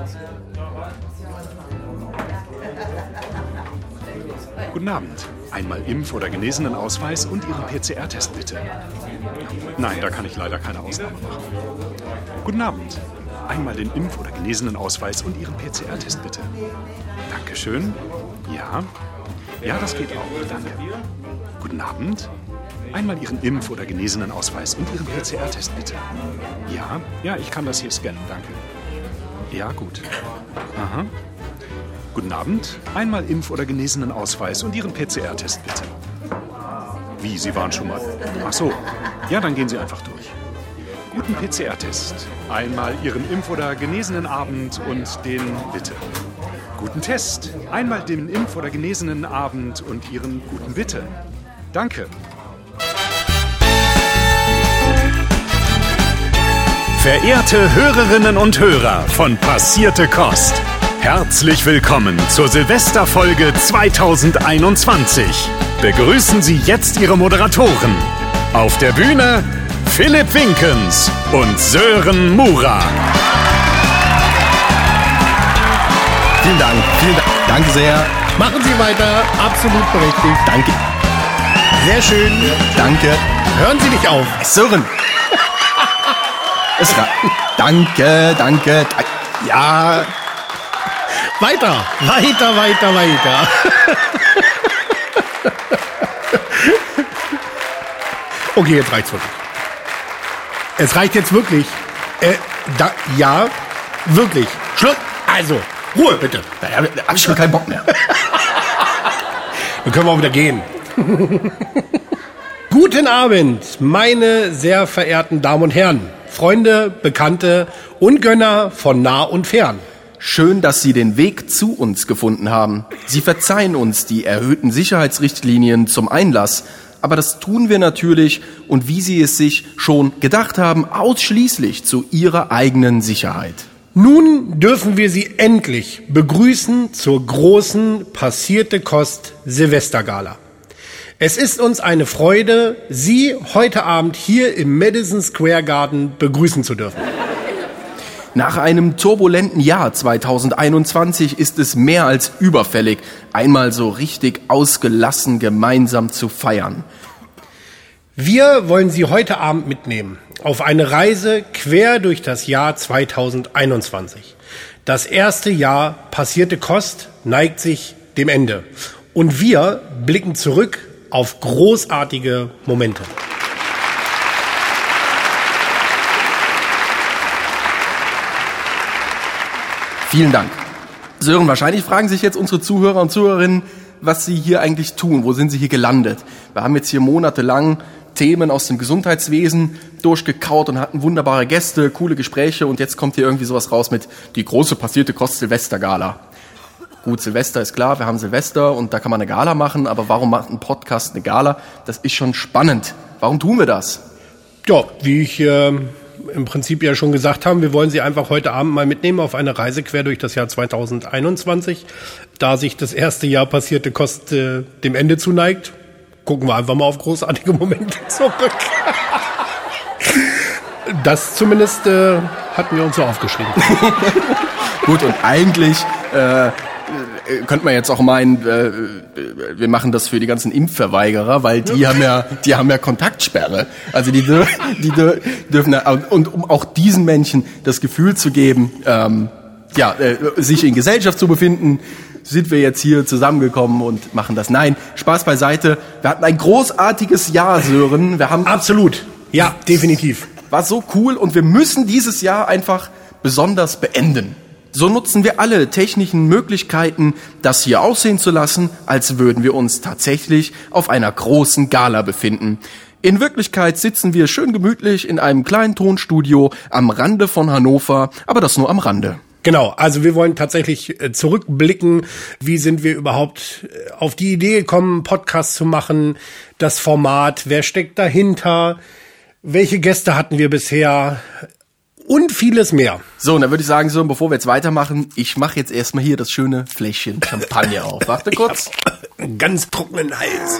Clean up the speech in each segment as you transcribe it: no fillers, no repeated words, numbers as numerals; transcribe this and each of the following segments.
Guten Abend. Einmal Impf- oder Genesenenausweis und Ihren PCR-Test bitte. Nein, da kann ich leider keine Ausnahme machen. Guten Abend. Einmal den Impf- oder Genesenenausweis und Ihren PCR-Test bitte. Dankeschön. Ja. Ja, das geht auch. Danke. Guten Abend. Einmal Ihren Impf- oder Genesenenausweis und Ihren PCR-Test bitte. Ja. Ja, ich kann das hier scannen. Danke. Ja, gut. Aha. Guten Abend. Einmal Impf- oder Genesenenausweis und Ihren PCR-Test bitte. Wie, Sie waren schon mal? Ach so. Ja, dann gehen Sie einfach durch. Guten PCR-Test. Einmal Ihren Impf- oder Genesenenabend und den bitte. Guten Test. Einmal den Impf- oder Genesenenabend und Ihren guten bitte. Danke. Verehrte Hörerinnen und Hörer von Passierte Kost. Herzlich willkommen zur Silvesterfolge 2021. Begrüßen Sie jetzt Ihre Moderatoren. Auf der Bühne Philipp Winkens und Sören Mura. Vielen Dank, vielen Dank. Danke sehr. Machen Sie weiter, absolut berechtigt. Danke. Sehr schön. Danke. Hören Sie nicht auf. Sören. Danke. Ja. Weiter. Okay, jetzt reicht's wirklich. Es reicht jetzt wirklich. Ja, wirklich. Schluss. Also, Ruhe bitte. Da hab ich schon keinen Bock mehr. Dann können wir auch wieder gehen. Guten Abend, meine sehr verehrten Damen und Herren, Freunde, Bekannte und Gönner von nah und fern. Schön, dass Sie den Weg zu uns gefunden haben. Sie verzeihen uns die erhöhten Sicherheitsrichtlinien zum Einlass. Aber das tun wir natürlich und wie Sie es sich schon gedacht haben, ausschließlich zu Ihrer eigenen Sicherheit. Nun dürfen wir Sie endlich begrüßen zur großen Passierte Kost Silvestergala. Es ist uns eine Freude, Sie heute Abend hier im Madison Square Garden begrüßen zu dürfen. Nach einem turbulenten Jahr 2021 ist es mehr als überfällig, einmal so richtig ausgelassen gemeinsam zu feiern. Wir wollen Sie heute Abend mitnehmen auf eine Reise quer durch das Jahr 2021. Das erste Jahr Passierte Kost neigt sich dem Ende und wir blicken zurück auf großartige Momente. Vielen Dank. Sören, wahrscheinlich fragen sich jetzt unsere Zuhörer und Zuhörerinnen, was sie hier eigentlich tun. Wo sind sie hier gelandet? Wir haben jetzt hier monatelang Themen aus dem Gesundheitswesen durchgekaut und hatten wunderbare Gäste, coole Gespräche und jetzt kommt hier irgendwie sowas raus mit die große Passierte Kost Silvestergala. Gut, Silvester ist klar, wir haben Silvester und da kann man eine Gala machen, aber warum macht ein Podcast eine Gala? Das ist schon spannend. Warum tun wir das? Ja, wie ich im Prinzip ja schon gesagt haben, wir wollen Sie einfach heute Abend mal mitnehmen auf eine Reise quer durch das Jahr 2021. Da sich das erste Jahr Passierte Kost dem Ende zuneigt, gucken wir einfach mal auf großartige Momente zurück. Das zumindest hatten wir uns so aufgeschrieben. Gut, und eigentlich könnte man jetzt auch meinen, wir machen das für die ganzen Impfverweigerer, weil die haben ja Kontaktsperre. Also die dürfen und um auch diesen Menschen das Gefühl zu geben, sich in Gesellschaft zu befinden, sind wir jetzt hier zusammengekommen und machen das. Nein, Spaß beiseite. Wir hatten ein großartiges Jahr, Sören. Wir haben absolut. Ja, definitiv. War so cool und wir müssen dieses Jahr einfach besonders beenden. So nutzen wir alle technischen Möglichkeiten, das hier aussehen zu lassen, als würden wir uns tatsächlich auf einer großen Gala befinden. In Wirklichkeit sitzen wir schön gemütlich in einem kleinen Tonstudio am Rande von Hannover, aber das nur am Rande. Genau, also wir wollen tatsächlich zurückblicken, wie sind wir überhaupt auf die Idee gekommen, einen Podcast zu machen, das Format, wer steckt dahinter, welche Gäste hatten wir bisher und vieles mehr. So, und dann würde ich sagen, so, bevor wir jetzt weitermachen, ich mache jetzt erstmal hier das schöne Fläschchen Champagner auf. Warte kurz. Einen ganz trockenen Hals.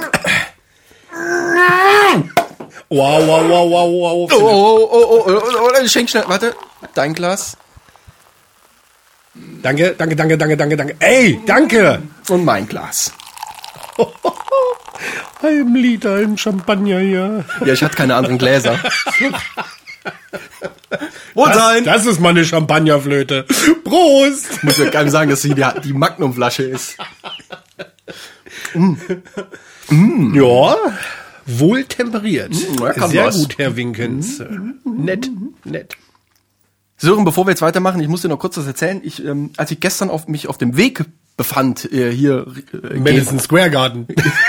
Wow. Oh, schenk schnell, warte, dein Glas. Danke. Ey, danke! Und mein Glas. Ein Liter im Champagner hier. Ja, ich hatte keine anderen Gläser. Wohlsein! Das ist mal eine Champagnerflöte. Prost! Ich muss ja gar nicht sagen, dass sie die Magnumflasche ist. Ja, wohl temperiert. Ja, kann Sehr was. gut, Herr Winkens. Nett. Sören, bevor wir jetzt weitermachen, ich muss dir noch kurz was erzählen. Als ich gestern mich auf dem Weg befand, hier Madison Square Garden.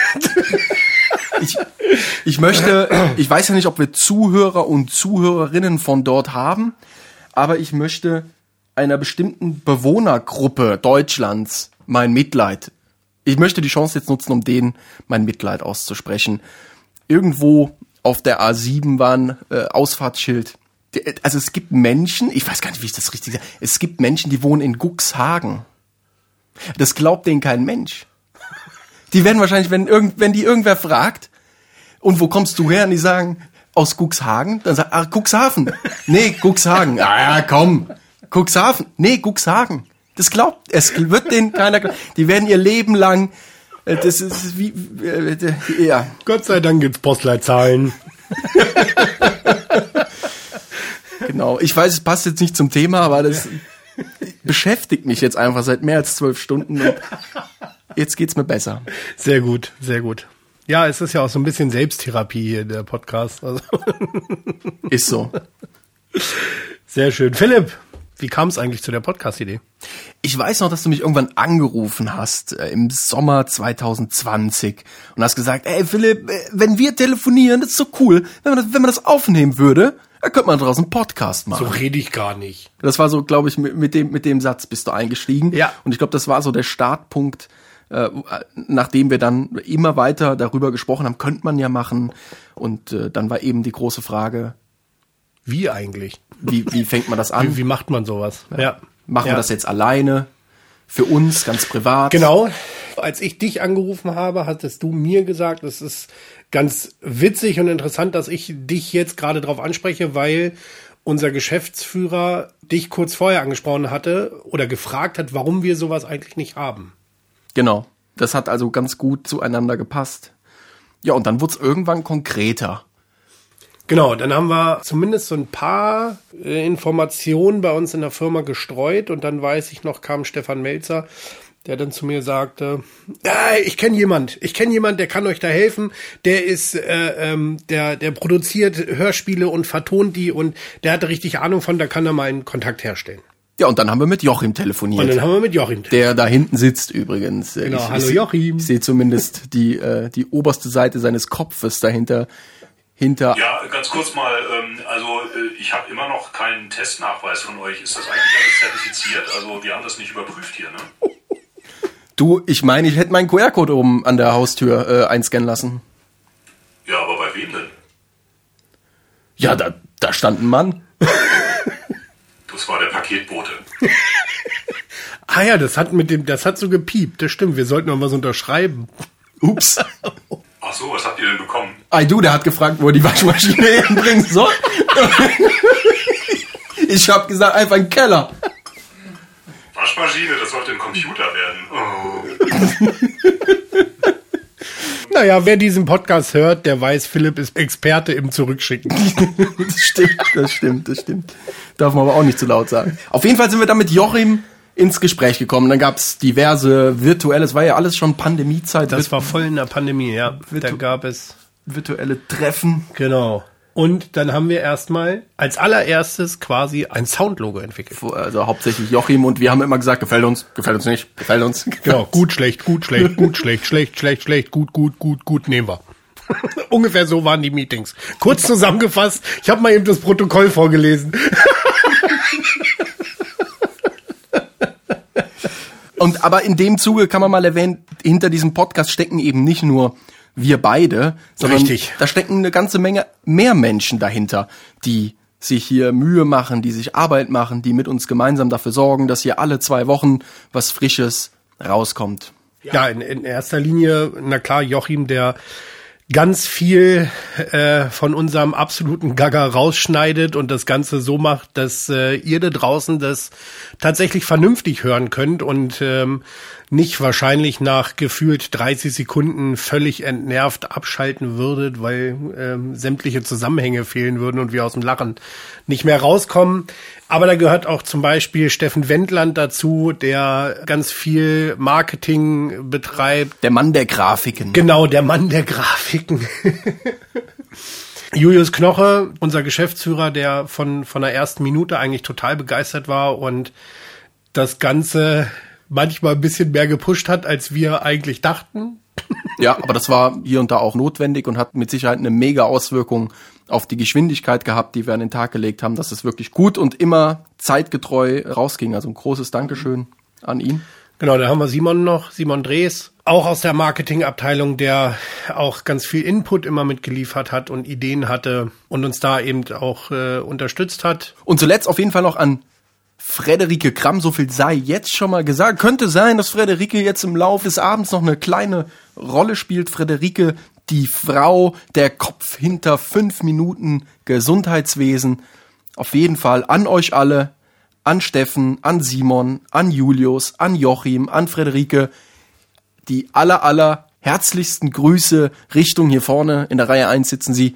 ich weiß ja nicht, ob wir Zuhörer und Zuhörerinnen von dort haben, aber ich möchte einer bestimmten Bewohnergruppe Deutschlands ich möchte die Chance jetzt nutzen, um denen mein Mitleid auszusprechen. Irgendwo auf der A7 war ein Ausfahrtsschild. Also es gibt Menschen, ich weiß gar nicht, wie ich das richtig sage, es gibt Menschen, die wohnen in Cuxhagen. Das glaubt denen kein Mensch. Die werden wahrscheinlich, wenn die irgendwer fragt, und wo kommst du her? Und die sagen, aus Cuxhagen. Dann sagt, Cuxhaven. Nee, Cuxhagen. Ja, komm. Cuxhaven. Nee, Cuxhagen. Es wird denen keiner glauben. Die werden ihr Leben lang, das ist ja. Gott sei Dank gibt's Postleitzahlen. Genau. Ich weiß, es passt jetzt nicht zum Thema, aber das beschäftigt mich jetzt einfach seit mehr als 12 Stunden und jetzt geht's mir besser. Sehr gut. Ja, es ist ja auch so ein bisschen Selbsttherapie hier, der Podcast. Also. Ist so. Sehr schön. Philipp, wie kam es eigentlich zu der Podcast-Idee? Ich weiß noch, dass du mich irgendwann angerufen hast im Sommer 2020 und hast gesagt, ey Philipp, wenn wir telefonieren, das ist so cool, wenn man das aufnehmen würde, dann könnte man daraus einen Podcast machen. So rede ich gar nicht. Das war so, glaube ich, mit dem Satz bist du eingestiegen. Ja. Und ich glaube, das war so der Startpunkt, nachdem wir dann immer weiter darüber gesprochen haben, könnte man ja machen. Und dann war eben die große Frage, wie eigentlich? Wie fängt man das an? Wie macht man sowas? Ja. Machen wir das jetzt alleine? Für uns, ganz privat? Genau. Als ich dich angerufen habe, hattest du mir gesagt, es ist ganz witzig und interessant, dass ich dich jetzt gerade drauf anspreche, weil unser Geschäftsführer dich kurz vorher angesprochen hatte oder gefragt hat, warum wir sowas eigentlich nicht haben. Genau. Das hat also ganz gut zueinander gepasst. Ja, und dann wurde es irgendwann konkreter. Genau, dann haben wir zumindest so ein paar Informationen bei uns in der Firma gestreut und dann weiß ich noch, kam Stefan Melzer, der dann zu mir sagte, ich kenne jemand, der kann euch da helfen, der ist, der produziert Hörspiele und vertont die und der hatte richtig Ahnung von, da kann er mal einen Kontakt herstellen. Ja, und dann haben wir mit Joachim telefoniert. Der da hinten sitzt übrigens. Genau, hallo Joachim. Ich sehe zumindest die oberste Seite seines Kopfes dahinter. Ja, ganz kurz mal, ich habe immer noch keinen Testnachweis von euch. Ist das eigentlich alles zertifiziert? Also wir haben das nicht überprüft hier, ne? Du, ich meine, ich hätte meinen QR-Code oben an der Haustür einscannen lassen. Ja, aber bei wem denn? Ja, da stand ein Mann. Das war der Paketbote. Ja, das hat so gepiept. Das stimmt, wir sollten noch was unterschreiben. Ups. Ach so, was habt ihr denn bekommen? Der hat gefragt, wo er die Waschmaschine hinbringen soll. Ich habe gesagt, einfach ein Keller. Waschmaschine, das sollte ein Computer werden. Oh. Naja, wer diesen Podcast hört, der weiß, Philipp ist Experte im Zurückschicken. Das stimmt. Darf man aber auch nicht zu laut sagen. Auf jeden Fall sind wir dann mit Joachim ins Gespräch gekommen. Dann gab es diverse es war ja alles schon Pandemiezeit. Das war voll in der Pandemie, ja. Da gab es virtuelle Treffen. Genau. Und dann haben wir erstmal als allererstes quasi ein Soundlogo entwickelt. Also hauptsächlich Joachim und wir haben immer gesagt, gefällt uns nicht, gefällt uns. Genau, gut, schlecht, gut, schlecht, gut, schlecht, schlecht, gut, nehmen wir. Ungefähr so waren die Meetings. Kurz zusammengefasst, ich habe mal eben das Protokoll vorgelesen. Aber in dem Zuge kann man mal erwähnen, hinter diesem Podcast stecken eben nicht nur wir beide, sondern Richtig. Da stecken eine ganze Menge mehr Menschen dahinter, die sich hier Mühe machen, die sich Arbeit machen, die mit uns gemeinsam dafür sorgen, dass hier alle 2 Wochen was Frisches rauskommt. Ja, in erster Linie, na klar, Joachim, der ganz viel von unserem absoluten Gaga rausschneidet und das Ganze so macht, dass ihr da draußen das tatsächlich vernünftig hören könnt und nicht wahrscheinlich nach gefühlt 30 Sekunden völlig entnervt abschalten würdet, weil sämtliche Zusammenhänge fehlen würden und wir aus dem Lachen nicht mehr rauskommen. Aber da gehört auch zum Beispiel Steffen Wendland dazu, der ganz viel Marketing betreibt. Der Mann der Grafiken. Genau, der Mann der Grafiken. Julius Knoche, unser Geschäftsführer, der von der ersten Minute eigentlich total begeistert war und das Ganze manchmal ein bisschen mehr gepusht hat, als wir eigentlich dachten. Ja, aber das war hier und da auch notwendig und hat mit Sicherheit eine mega Auswirkung auf die Geschwindigkeit gehabt, die wir an den Tag gelegt haben, dass es wirklich gut und immer zeitgetreu rausging. Also ein großes Dankeschön an ihn. Genau, da haben wir Simon Drees, auch aus der Marketingabteilung, der auch ganz viel Input immer mitgeliefert hat und Ideen hatte und uns da eben auch unterstützt hat. Und zuletzt auf jeden Fall noch an Frederike Kramm, so viel sei jetzt schon mal gesagt. Könnte sein, dass Frederike jetzt im Laufe des Abends noch eine kleine Rolle spielt. Frederike, die Frau, der Kopf hinter 5 Minuten Gesundheitswesen. Auf jeden Fall an euch alle, an Steffen, an Simon, an Julius, an Joachim, an Frederike. Die aller herzlichsten Grüße Richtung hier vorne. In der Reihe 1 sitzen sie.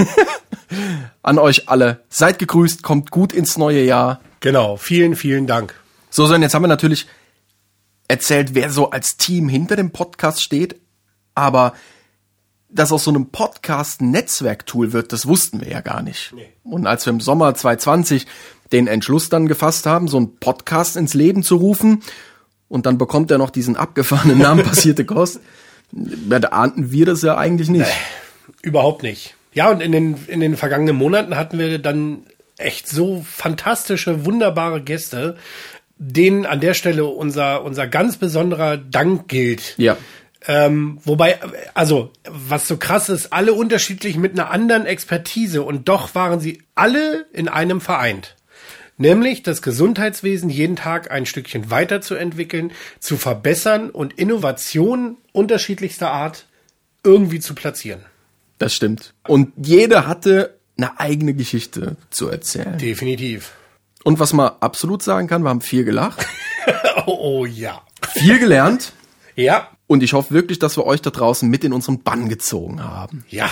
An euch alle. Seid gegrüßt, kommt gut ins neue Jahr. Genau, vielen, vielen Dank. So, und jetzt haben wir natürlich erzählt, wer so als Team hinter dem Podcast steht, aber dass aus so einem Podcast ein Netzwerktool wird, das wussten wir ja gar nicht. Nee. Und als wir im Sommer 2020 den Entschluss dann gefasst haben, so einen Podcast ins Leben zu rufen und dann bekommt er noch diesen abgefahrenen Namen passierte Kost, da ahnten wir das ja eigentlich nicht. Nee, überhaupt nicht. Ja, und in den vergangenen Monaten hatten wir dann echt so fantastische, wunderbare Gäste, denen an der Stelle unser ganz besonderer Dank gilt. Ja. Wobei, also, was so krass ist, alle unterschiedlich mit einer anderen Expertise und doch waren sie alle in einem vereint. Nämlich das Gesundheitswesen jeden Tag ein Stückchen weiterzuentwickeln, zu verbessern und Innovationen unterschiedlichster Art irgendwie zu platzieren. Das stimmt. Und jeder hatte eine eigene Geschichte zu erzählen. Definitiv. Und was man absolut sagen kann, wir haben viel gelacht. Oh ja. Viel gelernt. Ja. Und ich hoffe wirklich, dass wir euch da draußen mit in unseren Bann gezogen haben. Ja.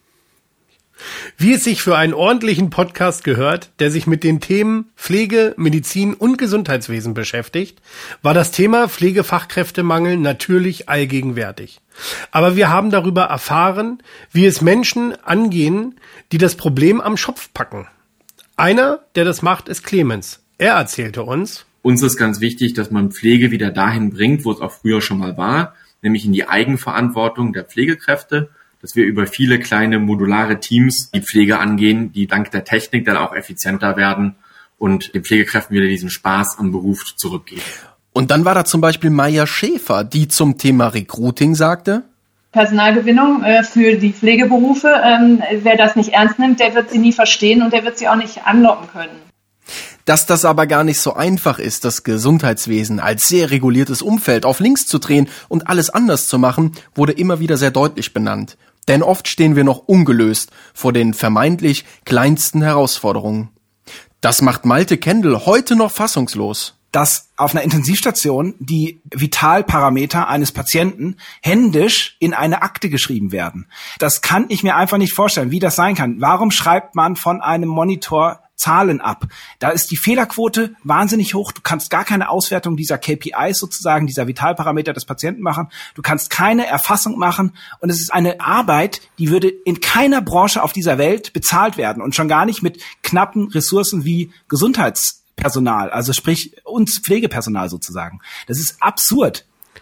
Wie es sich für einen ordentlichen Podcast gehört, der sich mit den Themen Pflege, Medizin und Gesundheitswesen beschäftigt, war das Thema Pflegefachkräftemangel natürlich allgegenwärtig. Aber wir haben darüber erfahren, wie es Menschen angehen, die das Problem am Schopf packen. Einer, der das macht, ist Clemens. Er erzählte uns: Uns ist ganz wichtig, dass man Pflege wieder dahin bringt, wo es auch früher schon mal war, nämlich in die Eigenverantwortung der Pflegekräfte, dass wir über viele kleine modulare Teams die Pflege angehen, die dank der Technik dann auch effizienter werden und den Pflegekräften wieder diesen Spaß am Beruf zurückgeben. Und dann war da zum Beispiel Maja Schäfer, die zum Thema Recruiting sagte: Personalgewinnung für die Pflegeberufe, wer das nicht ernst nimmt, der wird sie nie verstehen und der wird sie auch nicht anlocken können. Dass das aber gar nicht so einfach ist, das Gesundheitswesen als sehr reguliertes Umfeld auf links zu drehen und alles anders zu machen, wurde immer wieder sehr deutlich benannt. Denn oft stehen wir noch ungelöst vor den vermeintlich kleinsten Herausforderungen. Das macht Malte Kendall heute noch fassungslos. Dass auf einer Intensivstation die Vitalparameter eines Patienten händisch in eine Akte geschrieben werden. Das kann ich mir einfach nicht vorstellen, wie das sein kann. Warum schreibt man von einem Monitor Zahlen ab? Da ist die Fehlerquote wahnsinnig hoch. Du kannst gar keine Auswertung dieser KPIs sozusagen, dieser Vitalparameter des Patienten machen. Du kannst keine Erfassung machen. Und es ist eine Arbeit, die würde in keiner Branche auf dieser Welt bezahlt werden. Und schon gar nicht mit knappen Ressourcen wie Gesundheitspersonal, also sprich uns Pflegepersonal sozusagen. Das ist absurd.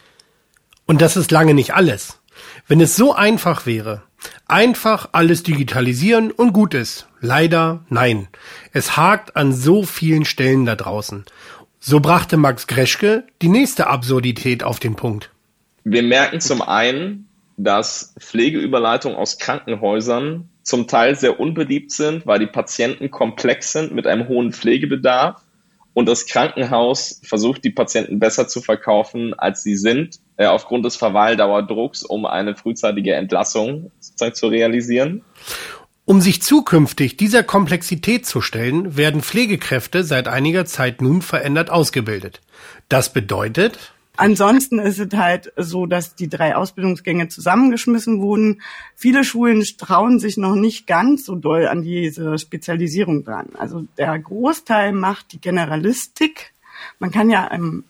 Und das ist lange nicht alles. Wenn es so einfach wäre, einfach alles digitalisieren und gut ist. Leider nein. Es hakt an so vielen Stellen da draußen. So brachte Max Greschke die nächste Absurdität auf den Punkt. Wir merken zum einen, dass Pflegeüberleitungen aus Krankenhäusern zum Teil sehr unbeliebt sind, weil die Patienten komplex sind mit einem hohen Pflegebedarf und das Krankenhaus versucht, die Patienten besser zu verkaufen, als sie sind aufgrund des Verweildauerdrucks, um eine frühzeitige Entlassung sozusagen zu realisieren. Um sich zukünftig dieser Komplexität zu stellen, werden Pflegekräfte seit einiger Zeit nun verändert ausgebildet. Das bedeutet... Ansonsten ist es halt so, dass die 3 Ausbildungsgänge zusammengeschmissen wurden. Viele Schulen trauen sich noch nicht ganz so doll an diese Spezialisierung dran. Also der Großteil macht die Generalistik. Man kann ja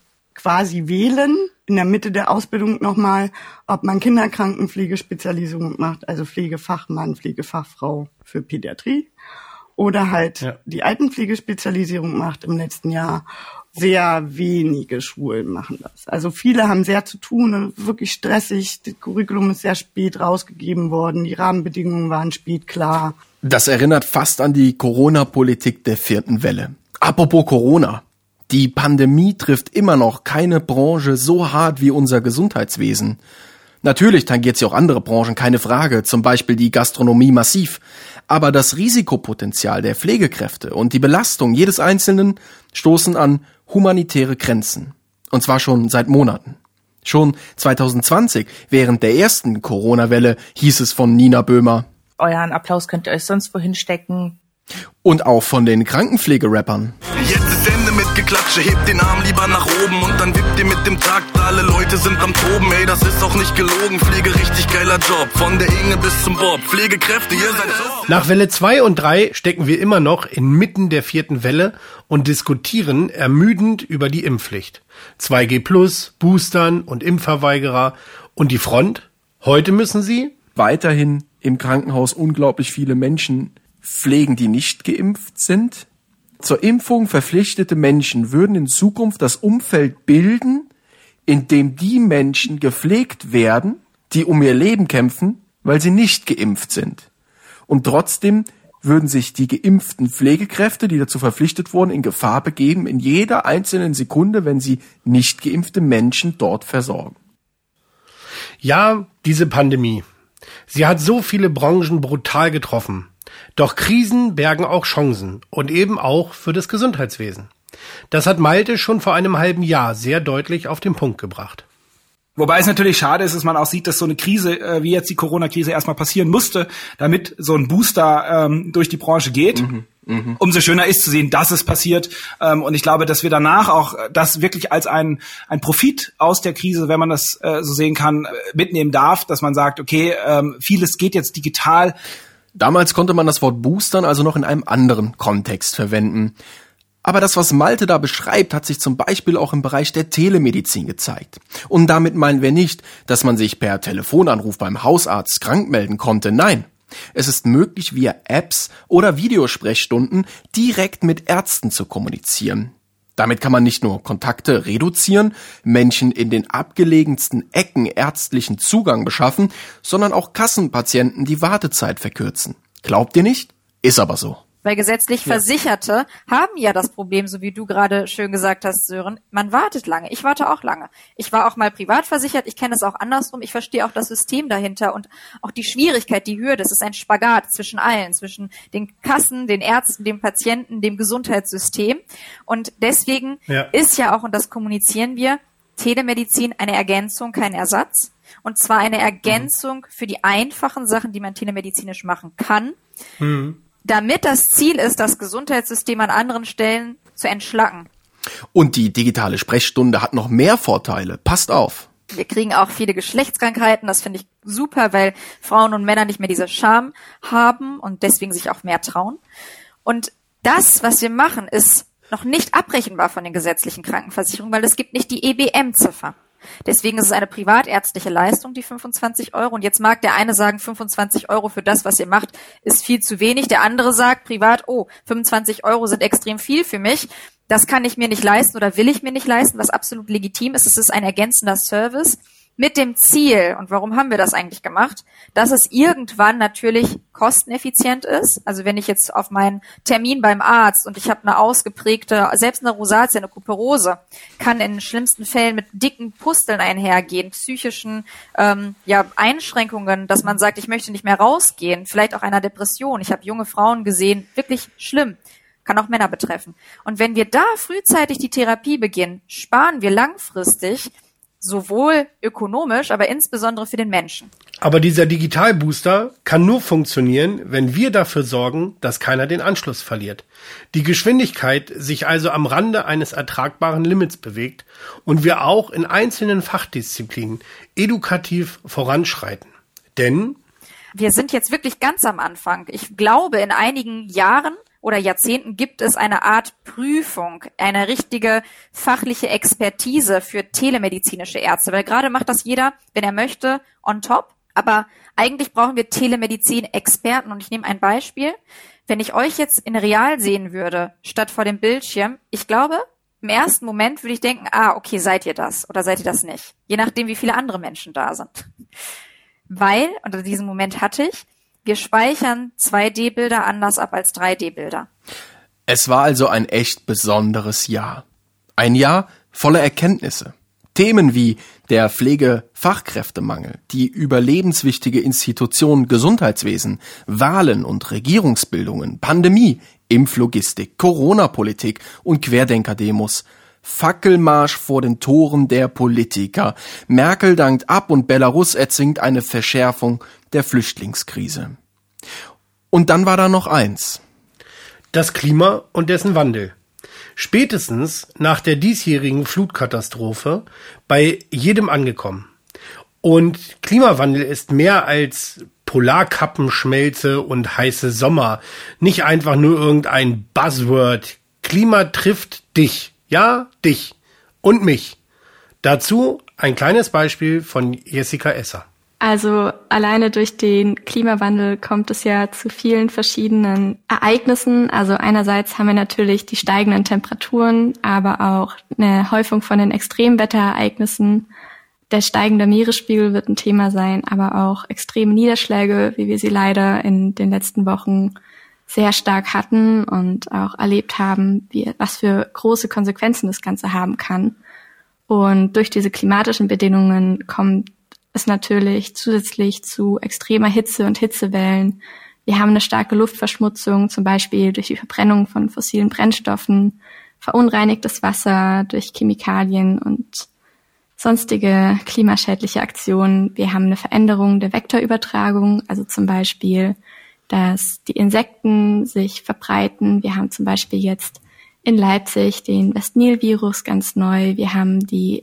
quasi wählen, in der Mitte der Ausbildung nochmal, ob man Kinderkrankenpflegespezialisierung macht, also Pflegefachmann, Pflegefachfrau für Pädiatrie, oder halt die Altenpflegespezialisierung macht im letzten Jahr. Sehr wenige Schulen machen das. Also viele haben sehr zu tun, wirklich stressig. Das Curriculum ist sehr spät rausgegeben worden, die Rahmenbedingungen waren spät klar. Das erinnert fast an die Corona-Politik der 4. Welle. Apropos Corona. Die Pandemie trifft immer noch keine Branche so hart wie unser Gesundheitswesen. Natürlich tangiert sie auch andere Branchen, keine Frage, zum Beispiel die Gastronomie massiv. Aber das Risikopotenzial der Pflegekräfte und die Belastung jedes Einzelnen stoßen an humanitäre Grenzen. Und zwar schon seit Monaten. Schon 2020, während der ersten Corona-Welle, hieß es von Nina Böhmer: Euren Applaus könnt ihr euch sonst wohin stecken. Und auch von den Krankenpflegerappern. Jetzt ist Ende mit Geklatsche, hebt den Arm lieber nach oben und dann wippt ihr mit dem Takt. Alle Leute sind am Toben, ey, das ist auch nicht gelogen. Pflege, richtig geiler Job, von der Inge bis zum Bob. Pflegekräfte, ihr seid top. Nach Welle 2 und 3 stecken wir immer noch inmitten der 4. Welle und diskutieren ermüdend über die Impfpflicht. 2G+, Boostern und Impfverweigerer. Und die Front? Heute müssen sie weiterhin im Krankenhaus unglaublich viele Menschen pflegen, die nicht geimpft sind. Zur Impfung verpflichtete Menschen würden in Zukunft das Umfeld bilden, in dem die Menschen gepflegt werden, die um ihr Leben kämpfen, weil sie nicht geimpft sind. Und trotzdem würden sich die geimpften Pflegekräfte, die dazu verpflichtet wurden, in Gefahr begeben, in jeder einzelnen Sekunde, wenn sie nicht geimpfte Menschen dort versorgen. Ja, diese Pandemie. Sie hat so viele Branchen brutal getroffen. Doch Krisen bergen auch Chancen und eben auch für das Gesundheitswesen. Das hat Malte schon vor einem halben Jahr sehr deutlich auf den Punkt gebracht. Wobei es natürlich schade ist, dass man auch sieht, dass so eine Krise, wie jetzt die Corona-Krise, erstmal passieren musste, damit so ein Booster durch die Branche geht. Umso schöner ist zu sehen, dass es passiert. Und ich glaube, dass wir danach auch das wirklich als ein Profit aus der Krise, wenn man das so sehen kann, mitnehmen darf, dass man sagt, okay, vieles geht jetzt digital. Damals konnte man das Wort Boostern also noch in einem anderen Kontext verwenden. Aber das, was Malte da beschreibt, hat sich zum Beispiel auch im Bereich der Telemedizin gezeigt. Und damit meinen wir nicht, dass man sich per Telefonanruf beim Hausarzt krank melden konnte. Nein, es ist möglich, via Apps oder Videosprechstunden direkt mit Ärzten zu kommunizieren. Damit kann man nicht nur Kontakte reduzieren, Menschen in den abgelegensten Ecken ärztlichen Zugang beschaffen, sondern auch Kassenpatienten die Wartezeit verkürzen. Glaubt ihr nicht? Ist aber so. Weil gesetzlich Versicherte haben ja das Problem, so wie du gerade schön gesagt hast, Sören, man wartet lange. Ich warte auch lange. Ich war auch mal privat versichert, ich kenne es auch andersrum. Ich verstehe auch das System dahinter und auch die Schwierigkeit, die Hürde. Es ist ein Spagat zwischen allen, zwischen den Kassen, den Ärzten, dem Patienten, dem Gesundheitssystem. Und deswegen ist ja auch, und das kommunizieren wir, Telemedizin eine Ergänzung, kein Ersatz. Und zwar eine Ergänzung für die einfachen Sachen, die man telemedizinisch machen kann. Damit das Ziel ist, das Gesundheitssystem an anderen Stellen zu entschlacken. Und die digitale Sprechstunde hat noch mehr Vorteile. Passt auf. Wir kriegen auch viele Geschlechtskrankheiten. Das finde ich super, weil Frauen und Männer nicht mehr diese Scham haben und deswegen sich auch mehr trauen. Und das, was wir machen, ist noch nicht abrechenbar von den gesetzlichen Krankenversicherungen, weil es gibt nicht die EBM-Ziffer. Deswegen ist es eine privatärztliche Leistung, die 25 €. Und jetzt mag der eine sagen, 25 € für das, was ihr macht, ist viel zu wenig. Der andere sagt privat, 25 € sind extrem viel für mich. Das kann ich mir nicht leisten oder will ich mir nicht leisten, was absolut legitim ist. Es ist ein ergänzender Service mit dem Ziel, und warum haben wir das eigentlich gemacht, dass es irgendwann natürlich kosteneffizient ist. Also wenn ich jetzt auf meinen Termin beim Arzt und ich habe eine ausgeprägte, selbst eine Rosatie, eine Kuperose, kann in den schlimmsten Fällen mit dicken Pusteln einhergehen, psychischen Einschränkungen, dass man sagt, ich möchte nicht mehr rausgehen, vielleicht auch einer Depression. Ich habe junge Frauen gesehen, wirklich schlimm. Kann auch Männer betreffen. Und wenn wir da frühzeitig die Therapie beginnen, sparen wir langfristig sowohl ökonomisch, aber insbesondere für den Menschen. Aber dieser Digitalbooster kann nur funktionieren, wenn wir dafür sorgen, dass keiner den Anschluss verliert. Die Geschwindigkeit sich also am Rande eines ertragbaren Limits bewegt und wir auch in einzelnen Fachdisziplinen edukativ voranschreiten. Denn wir sind jetzt wirklich ganz am Anfang. Ich glaube, in einigen Jahren oder Jahrzehnten gibt es eine Art Prüfung, eine richtige fachliche Expertise für telemedizinische Ärzte, weil gerade macht das jeder, wenn er möchte, on top. Aber eigentlich brauchen wir Telemedizin-Experten. Und ich nehme ein Beispiel. Wenn ich euch jetzt in real sehen würde, statt vor dem Bildschirm, ich glaube, im ersten Moment würde ich denken, okay, seid ihr das oder seid ihr das nicht? Je nachdem, wie viele andere Menschen da sind. Weil, und diesen Moment hatte ich, wir speichern 2D-Bilder anders ab als 3D-Bilder. Es war also ein echt besonderes Jahr. Ein Jahr voller Erkenntnisse. Themen wie der Pflegefachkräftemangel, die überlebenswichtige Institution Gesundheitswesen, Wahlen und Regierungsbildungen, Pandemie, Impflogistik, Corona-Politik und Querdenker-Demos. Fackelmarsch vor den Toren der Politiker. Merkel dankt ab und Belarus erzwingt eine Verschärfung der Flüchtlingskrise. Und dann war da noch eins. Das Klima und dessen Wandel. Spätestens nach der diesjährigen Flutkatastrophe bei jedem angekommen. Und Klimawandel ist mehr als Polarkappenschmelze und heiße Sommer. Nicht einfach nur irgendein Buzzword. Klima trifft dich. Ja, dich und mich. Dazu ein kleines Beispiel von Jessica Esser. Also alleine durch den Klimawandel kommt es ja zu vielen verschiedenen Ereignissen. Also einerseits haben wir natürlich die steigenden Temperaturen, aber auch eine Häufung von den Extremwetterereignissen. Der steigende Meeresspiegel wird ein Thema sein, aber auch extreme Niederschläge, wie wir sie leider in den letzten Wochen sehr stark hatten und auch erlebt haben, was für große Konsequenzen das Ganze haben kann. Und durch diese klimatischen Bedingungen kommt es natürlich zusätzlich zu extremer Hitze und Hitzewellen. Wir haben eine starke Luftverschmutzung, zum Beispiel durch die Verbrennung von fossilen Brennstoffen, verunreinigtes Wasser durch Chemikalien und sonstige klimaschädliche Aktionen. Wir haben eine Veränderung der Vektorübertragung, also zum Beispiel, dass die Insekten sich verbreiten. Wir haben zum Beispiel jetzt in Leipzig den West-Nil-Virus ganz neu. Wir haben die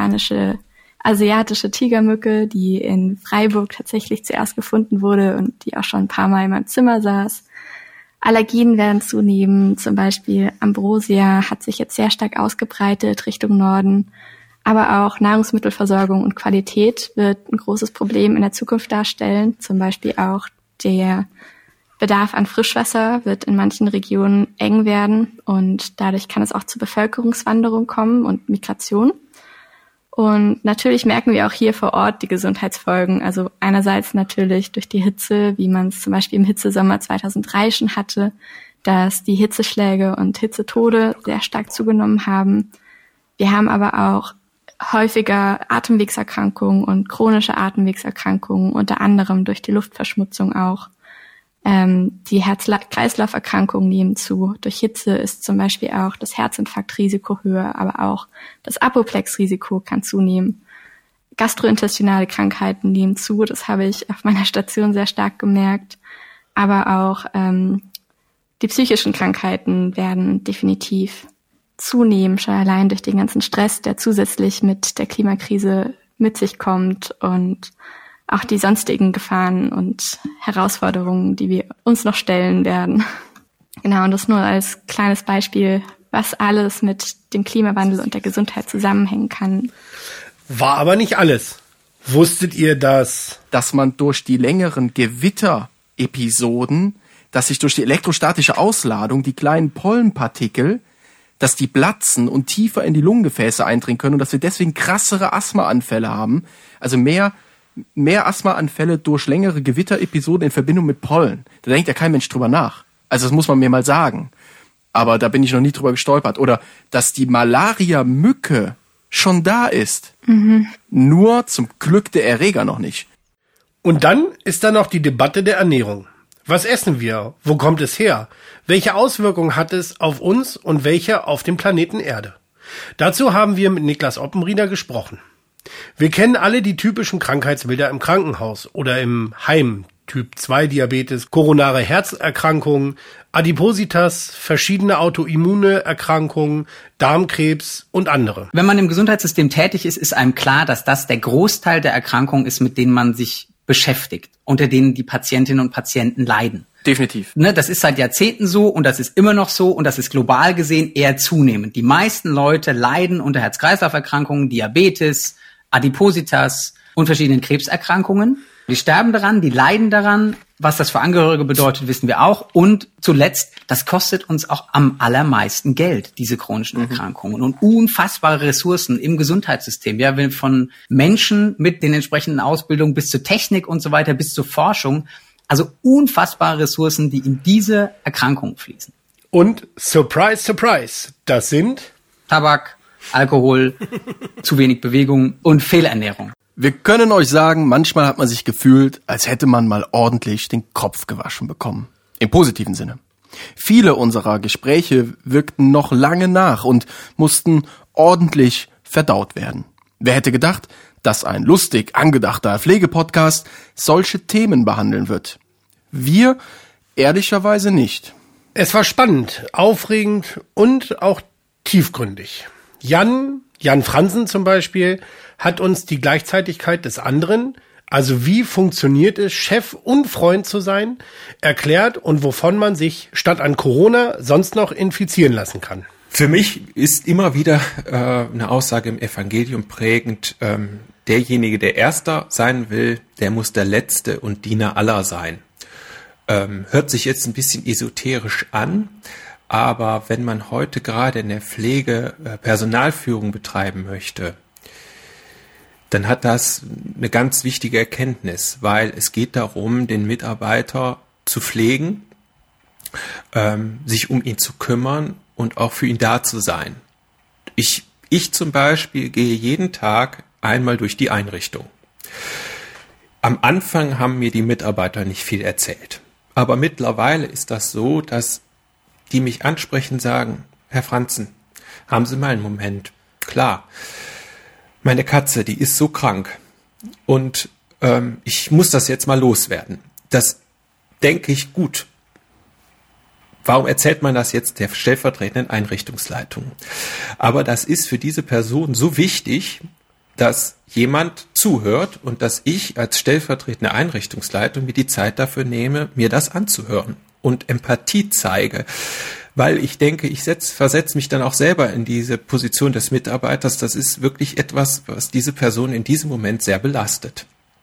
asiatische Tigermücke, die in Freiburg tatsächlich zuerst gefunden wurde und die auch schon ein paar Mal in meinem Zimmer saß. Allergien werden zunehmen, zum Beispiel Ambrosia hat sich jetzt sehr stark ausgebreitet Richtung Norden. Aber auch Nahrungsmittelversorgung und Qualität wird ein großes Problem in der Zukunft darstellen. Zum Beispiel auch der Bedarf an Frischwasser wird in manchen Regionen eng werden und dadurch kann es auch zu Bevölkerungswanderung kommen und Migration. Und natürlich merken wir auch hier vor Ort die Gesundheitsfolgen. Also einerseits natürlich durch die Hitze, wie man es zum Beispiel im Hitzesommer 2003 schon hatte, dass die Hitzeschläge und Hitzetode sehr stark zugenommen haben. Wir haben aber auch häufiger Atemwegserkrankungen und chronische Atemwegserkrankungen, unter anderem durch die Luftverschmutzung auch. Die Herz-Kreislauf-Erkrankungen nehmen zu. Durch Hitze ist zum Beispiel auch das Herzinfarktrisiko höher, aber auch das Apoplex-Risiko kann zunehmen. Gastrointestinale Krankheiten nehmen zu, das habe ich auf meiner Station sehr stark gemerkt. Aber auch die psychischen Krankheiten werden definitiv zunehmen, schon allein durch den ganzen Stress, der zusätzlich mit der Klimakrise mit sich kommt und auch die sonstigen Gefahren und Herausforderungen, die wir uns noch stellen werden. Genau, und das nur als kleines Beispiel, was alles mit dem Klimawandel und der Gesundheit zusammenhängen kann. War aber nicht alles. Wusstet ihr, dass man durch die längeren Gewitterepisoden, dass sich durch die elektrostatische Ausladung die kleinen Pollenpartikel, dass die platzen und tiefer in die Lungengefäße eindringen können und dass wir deswegen krassere Asthmaanfälle haben, also mehr Asthmaanfälle durch längere Gewitterepisoden in Verbindung mit Pollen. Da denkt ja kein Mensch drüber nach. Also das muss man mir mal sagen. Aber da bin ich noch nie drüber gestolpert. Oder dass die Malaria-Mücke schon da ist. Nur zum Glück der Erreger noch nicht. Und dann ist da noch die Debatte der Ernährung. Was essen wir? Wo kommt es her? Welche Auswirkungen hat es auf uns und welche auf dem Planeten Erde? Dazu haben wir mit Niklas Oppenrieder gesprochen. Wir kennen alle die typischen Krankheitsbilder im Krankenhaus oder im Heim. Typ 2 Diabetes, koronare Herzerkrankungen, Adipositas, verschiedene autoimmune Erkrankungen, Darmkrebs und andere. Wenn man im Gesundheitssystem tätig ist, ist einem klar, dass das der Großteil der Erkrankungen ist, mit denen man sich beschäftigt, unter denen die Patientinnen und Patienten leiden. Definitiv. Das ist seit Jahrzehnten so und das ist immer noch so und das ist global gesehen eher zunehmend. Die meisten Leute leiden unter Herz-Kreislauf-Erkrankungen, Diabetes, Adipositas und verschiedenen Krebserkrankungen. Die sterben daran, die leiden daran. Was das für Angehörige bedeutet, wissen wir auch. Und zuletzt, das kostet uns auch am allermeisten Geld, diese chronischen Erkrankungen. Und unfassbare Ressourcen im Gesundheitssystem. Ja, von Menschen mit den entsprechenden Ausbildungen bis zur Technik und so weiter, bis zur Forschung. Also unfassbare Ressourcen, die in diese Erkrankungen fließen. Und surprise, surprise, das sind Tabak, Alkohol, zu wenig Bewegung und Fehlernährung. Wir können euch sagen, manchmal hat man sich gefühlt, als hätte man mal ordentlich den Kopf gewaschen bekommen. Im positiven Sinne. Viele unserer Gespräche wirkten noch lange nach und mussten ordentlich verdaut werden. Wer hätte gedacht, dass ein lustig angedachter Pflegepodcast solche Themen behandeln wird? Wir ehrlicherweise nicht. Es war spannend, aufregend und auch tiefgründig. Jan Franzen zum Beispiel, hat uns die Gleichzeitigkeit des anderen, also wie funktioniert es, Chef und Freund zu sein, erklärt und wovon man sich statt an Corona sonst noch infizieren lassen kann. Für mich ist immer wieder eine Aussage im Evangelium prägend, derjenige, der Erster sein will, der muss der Letzte und Diener aller sein. Hört sich jetzt ein bisschen esoterisch an, aber wenn man heute gerade in der Pflege Personalführung betreiben möchte, dann hat das eine ganz wichtige Erkenntnis, weil es geht darum, den Mitarbeiter zu pflegen, sich um ihn zu kümmern und auch für ihn da zu sein. Ich zum Beispiel gehe jeden Tag einmal durch die Einrichtung. Am Anfang haben mir die Mitarbeiter nicht viel erzählt. Aber mittlerweile ist das so, dass die mich ansprechen, sagen, Herr Franzen, haben Sie mal einen Moment? Klar, meine Katze, die ist so krank und ich muss das jetzt mal loswerden. Das denke ich gut. Warum erzählt man das jetzt der stellvertretenden Einrichtungsleitung? Aber das ist für diese Person so wichtig, dass jemand zuhört und dass ich als stellvertretende Einrichtungsleitung mir die Zeit dafür nehme, mir das anzuhören und Empathie zeige. Weil ich denke, ich versetze mich dann auch selber in diese Position des Mitarbeiters. Das ist wirklich etwas, was diese Person in diesem Moment sehr belastet.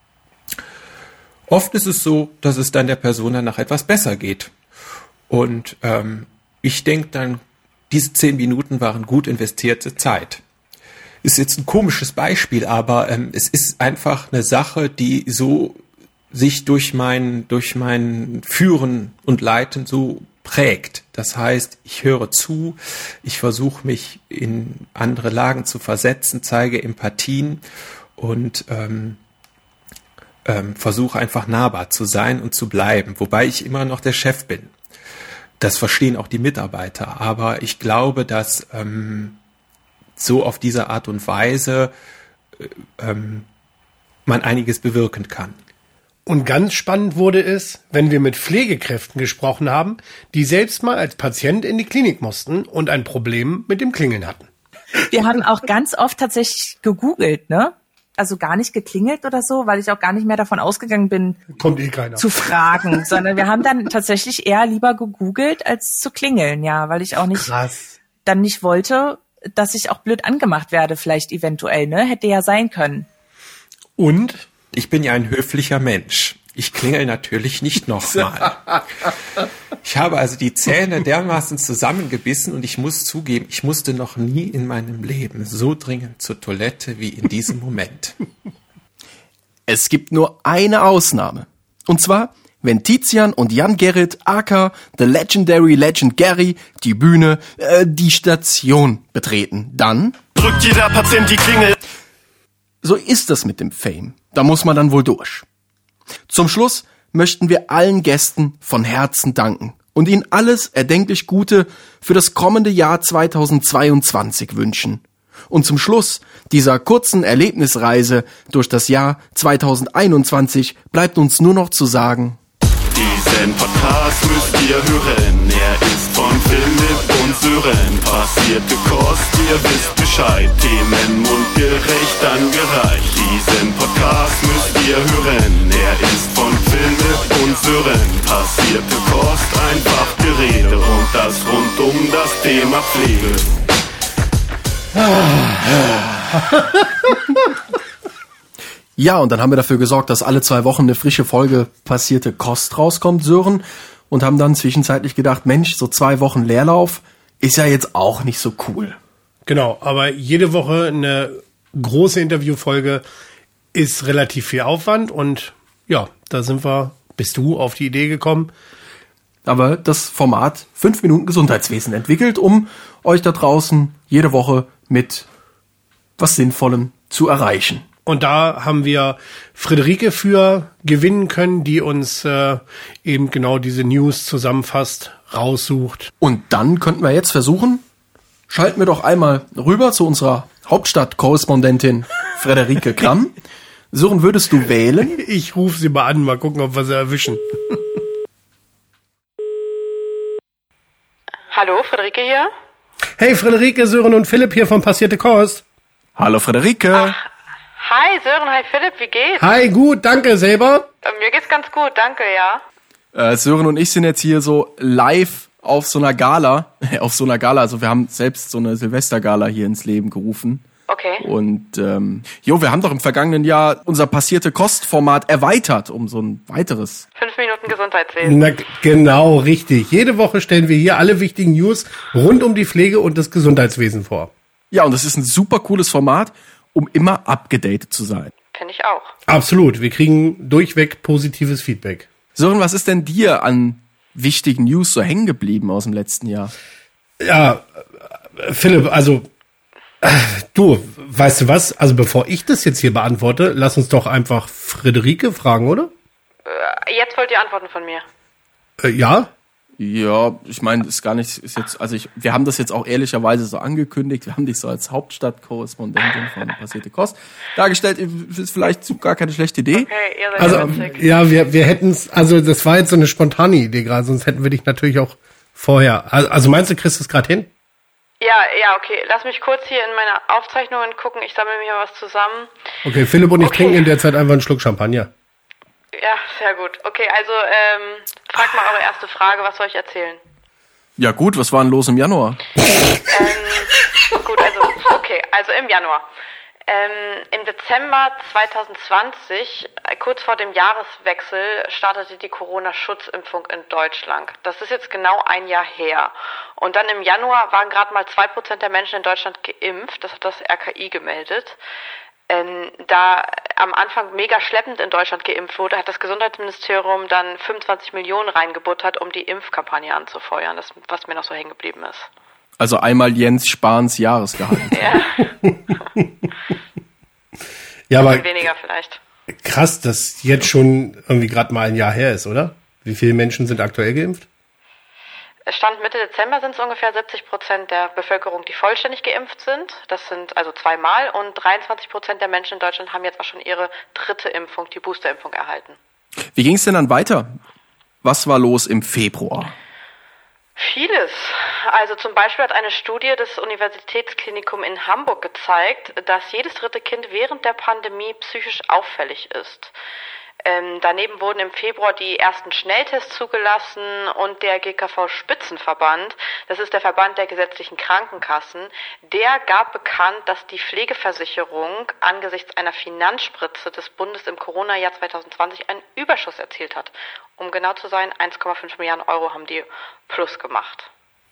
Oft ist es so, dass es dann der Person danach etwas besser geht. Und ich denke dann, diese 10 Minuten waren gut investierte Zeit. Ist jetzt ein komisches Beispiel, aber es ist einfach eine Sache, die so sich durch mein Führen und Leiten so prägt. Das heißt, ich höre zu, ich versuche mich in andere Lagen zu versetzen, zeige Empathien und versuche einfach nahbar zu sein und zu bleiben, wobei ich immer noch der Chef bin. Das verstehen auch die Mitarbeiter, aber ich glaube, dass so auf diese Art und Weise man einiges bewirken kann. Und ganz spannend wurde es, wenn wir mit Pflegekräften gesprochen haben, die selbst mal als Patient in die Klinik mussten und ein Problem mit dem Klingeln hatten. Wir haben auch ganz oft tatsächlich gegoogelt, ne? Also gar nicht geklingelt oder so, weil ich auch gar nicht mehr davon ausgegangen bin, kommt eh keiner, zu fragen, sondern wir haben dann tatsächlich eher lieber gegoogelt, als zu klingeln, ja, weil ich auch nicht dann nicht wollte, dass ich auch blöd angemacht werde, vielleicht eventuell, ne? Hätte ja sein können. Und? Ich bin ja ein höflicher Mensch. Ich klingel natürlich nicht nochmal. Ich habe also die Zähne dermaßen zusammengebissen und ich muss zugeben, ich musste noch nie in meinem Leben so dringend zur Toilette wie in diesem Moment. Es gibt nur eine Ausnahme. Und zwar, wenn Tizian und Jan Gerrit aka The Legendary Legend Gary die Bühne, die Station betreten. Dann drückt jeder Patient die Klingel. So ist das mit dem Fame. Da muss man dann wohl durch. Zum Schluss möchten wir allen Gästen von Herzen danken und ihnen alles erdenklich Gute für das kommende Jahr 2022 wünschen. Und zum Schluss dieser kurzen Erlebnisreise durch das Jahr 2021 bleibt uns nur noch zu sagen: Diesen Podcast müsst ihr hören, er ist von Philipp und Sören. Passierte Kost, ihr wisst Bescheid, Themen mundgerecht angereicht. Diesen Podcast müsst ihr hören, er ist von Philipp und Sören. Passierte Kost, einfach Gerede und das rund um das Thema Pflege. Ja, und dann haben wir dafür gesorgt, dass alle 2 Wochen eine frische Folge Passierte Kost rauskommt, Sören. Und haben dann zwischenzeitlich gedacht, Mensch, so 2 Wochen Leerlauf ist ja jetzt auch nicht so cool. Genau, aber jede Woche eine große Interviewfolge ist relativ viel Aufwand. Und ja, da bist du auf die Idee gekommen. Aber das Format 5 Minuten Gesundheitswesen entwickelt, um euch da draußen jede Woche mit was Sinnvollem zu erreichen. Und da haben wir Friederike für gewinnen können, die uns eben genau diese News zusammenfasst, raussucht. Und dann könnten wir jetzt versuchen, schalten wir doch einmal rüber zu unserer Hauptstadt-Korrespondentin Friederike Kramm. Sören, würdest du wählen? Ich rufe sie mal an, mal gucken, ob wir sie erwischen. Hallo, Friederike hier. Hey Friederike, Sören und Philipp hier von Passierte Kost. Hallo Friederike. Ach, hi Sören, hi Philipp, wie geht's? Hi, gut, danke, selber? Mir geht's ganz gut, danke, ja. Sören und ich sind jetzt hier so live auf so einer Gala, also wir haben selbst so eine Silvestergala hier ins Leben gerufen. Okay. Und wir haben doch im vergangenen Jahr unser Passierte Kost-Format erweitert um so ein weiteres. 5 Minuten Gesundheitswesen. Na, genau, richtig. Jede Woche stellen wir hier alle wichtigen News rund um die Pflege und das Gesundheitswesen vor. Ja, und das ist ein super cooles Format, um immer upgedatet zu sein. Finde ich auch. Absolut, wir kriegen durchweg positives Feedback. Sören, was ist denn dir an wichtigen News so hängen geblieben aus dem letzten Jahr? Ja, Philipp, also du, weißt du was? Also bevor ich das jetzt hier beantworte, lass uns doch einfach Friederike fragen, oder? Jetzt wollt ihr Antworten von mir. Ja? Ja, ich meine, ist gar nicht, ist jetzt, also wir haben das jetzt auch ehrlicherweise so angekündigt, wir haben dich so als Hauptstadtkorrespondentin von Passierte Kost dargestellt, ist vielleicht gar keine schlechte Idee. Okay, ihr seid also, witzig. ja, wir hätten es, also das war jetzt so eine spontane Idee gerade, sonst hätten wir dich natürlich auch vorher, also meinst du, kriegst du es gerade hin? Ja, okay, lass mich kurz hier in meine Aufzeichnungen gucken, ich sammle mir was zusammen. Okay, Philipp und ich trinken in der Zeit einfach einen Schluck Champagner. Ja, sehr gut. Okay, also fragt mal eure erste Frage, was soll ich erzählen? Ja gut, was war denn los im Januar? Gut, also im Januar. Im Dezember 2020, kurz vor dem Jahreswechsel, startete die Corona-Schutzimpfung in Deutschland. Das ist jetzt genau ein Jahr her. Und dann im Januar waren gerade mal 2% der Menschen in Deutschland geimpft. Das hat das RKI gemeldet. Da am Anfang mega schleppend in Deutschland geimpft wurde, hat das Gesundheitsministerium dann 25 Millionen reingebuttert, um die Impfkampagne anzufeuern, das, was mir noch so hängen geblieben ist. Also einmal Jens Spahns Jahresgehalt. Ja. Ja, aber weniger vielleicht. Krass, dass jetzt schon irgendwie gerade mal ein Jahr her ist, oder? Wie viele Menschen sind aktuell geimpft? Stand Mitte Dezember sind es ungefähr 70% der Bevölkerung, die vollständig geimpft sind. Das sind also 2-mal. Und 23% der Menschen in Deutschland haben jetzt auch schon ihre 3. Impfung, die Boosterimpfung, erhalten. Wie ging es denn dann weiter? Was war los im Februar? Vieles. Also zum Beispiel hat eine Studie des Universitätsklinikums in Hamburg gezeigt, dass jedes 3. Kind während der Pandemie psychisch auffällig ist. Daneben wurden im Februar die ersten Schnelltests zugelassen und der GKV-Spitzenverband, das ist der Verband der gesetzlichen Krankenkassen, der gab bekannt, dass die Pflegeversicherung angesichts einer Finanzspritze des Bundes im Corona-Jahr 2020 einen Überschuss erzielt hat. Um genau zu sein, 1,5 Milliarden Euro haben die plus gemacht.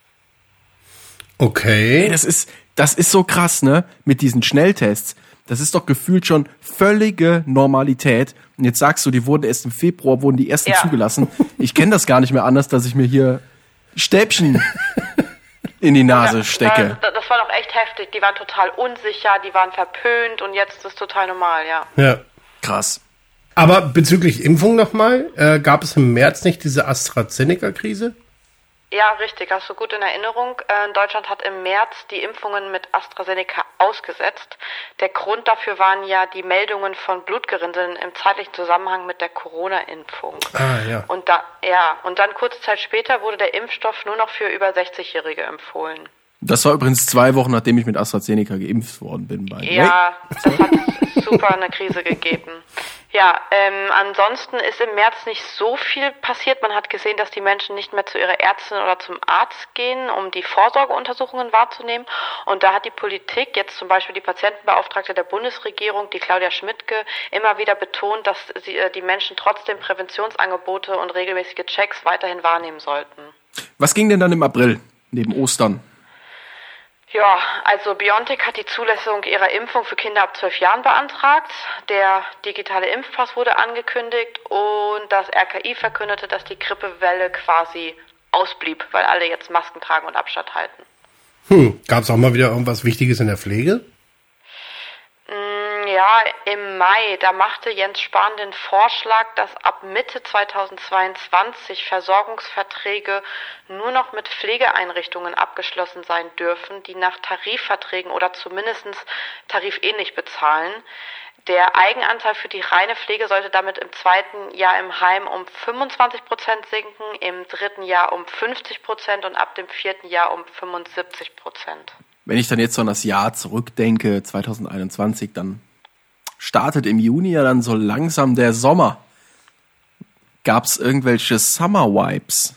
Okay. Hey, das ist so krass, ne? Mit diesen Schnelltests. Das ist doch gefühlt schon völlige Normalität. Und jetzt sagst du, die wurden erst im Februar, wurden die ersten zugelassen. Ich kenne das gar nicht mehr anders, dass ich mir hier Stäbchen in die Nase stecke. Das war doch echt heftig. Die waren total unsicher, die waren verpönt und jetzt ist es total normal, ja. Ja. Krass. Aber bezüglich Impfung nochmal, gab es im März nicht diese AstraZeneca-Krise? Ja, richtig, hast du gut in Erinnerung. Deutschland hat im März die Impfungen mit AstraZeneca ausgesetzt. Der Grund dafür waren ja die Meldungen von Blutgerinnseln im zeitlichen Zusammenhang mit der Corona-Impfung. Ja. Und dann kurze Zeit später wurde der Impfstoff nur noch für über 60-Jährige empfohlen. Das war übrigens 2 Wochen, nachdem ich mit AstraZeneca geimpft worden bin. Ja, das hat super eine Krise gegeben. Ja, ansonsten ist im März nicht so viel passiert. Man hat gesehen, dass die Menschen nicht mehr zu ihrer Ärztin oder zum Arzt gehen, um die Vorsorgeuntersuchungen wahrzunehmen. Und da hat die Politik, jetzt zum Beispiel die Patientenbeauftragte der Bundesregierung, die Claudia Schmidtke, immer wieder betont, dass die Menschen trotzdem Präventionsangebote und regelmäßige Checks weiterhin wahrnehmen sollten. Was ging denn dann im April, neben Ostern? Ja, also BioNTech hat die Zulassung ihrer Impfung für Kinder ab 12 Jahren beantragt. Der digitale Impfpass wurde angekündigt und das RKI verkündete, dass die Grippewelle quasi ausblieb, weil alle jetzt Masken tragen und Abstand halten. Gab es auch mal wieder irgendwas Wichtiges in der Pflege? Ja, im Mai, da machte Jens Spahn den Vorschlag, dass ab Mitte 2022 Versorgungsverträge nur noch mit Pflegeeinrichtungen abgeschlossen sein dürfen, die nach Tarifverträgen oder zumindest tarifähnlich bezahlen. Der Eigenanteil für die reine Pflege sollte damit im 2. Jahr im Heim um 25% sinken, im 3. Jahr um 50% und ab dem 4. Jahr um 75%. Wenn ich dann jetzt so an das Jahr zurückdenke, 2021, dann startet im Juni ja dann so langsam der Sommer. Gab's irgendwelche Summer Vibes?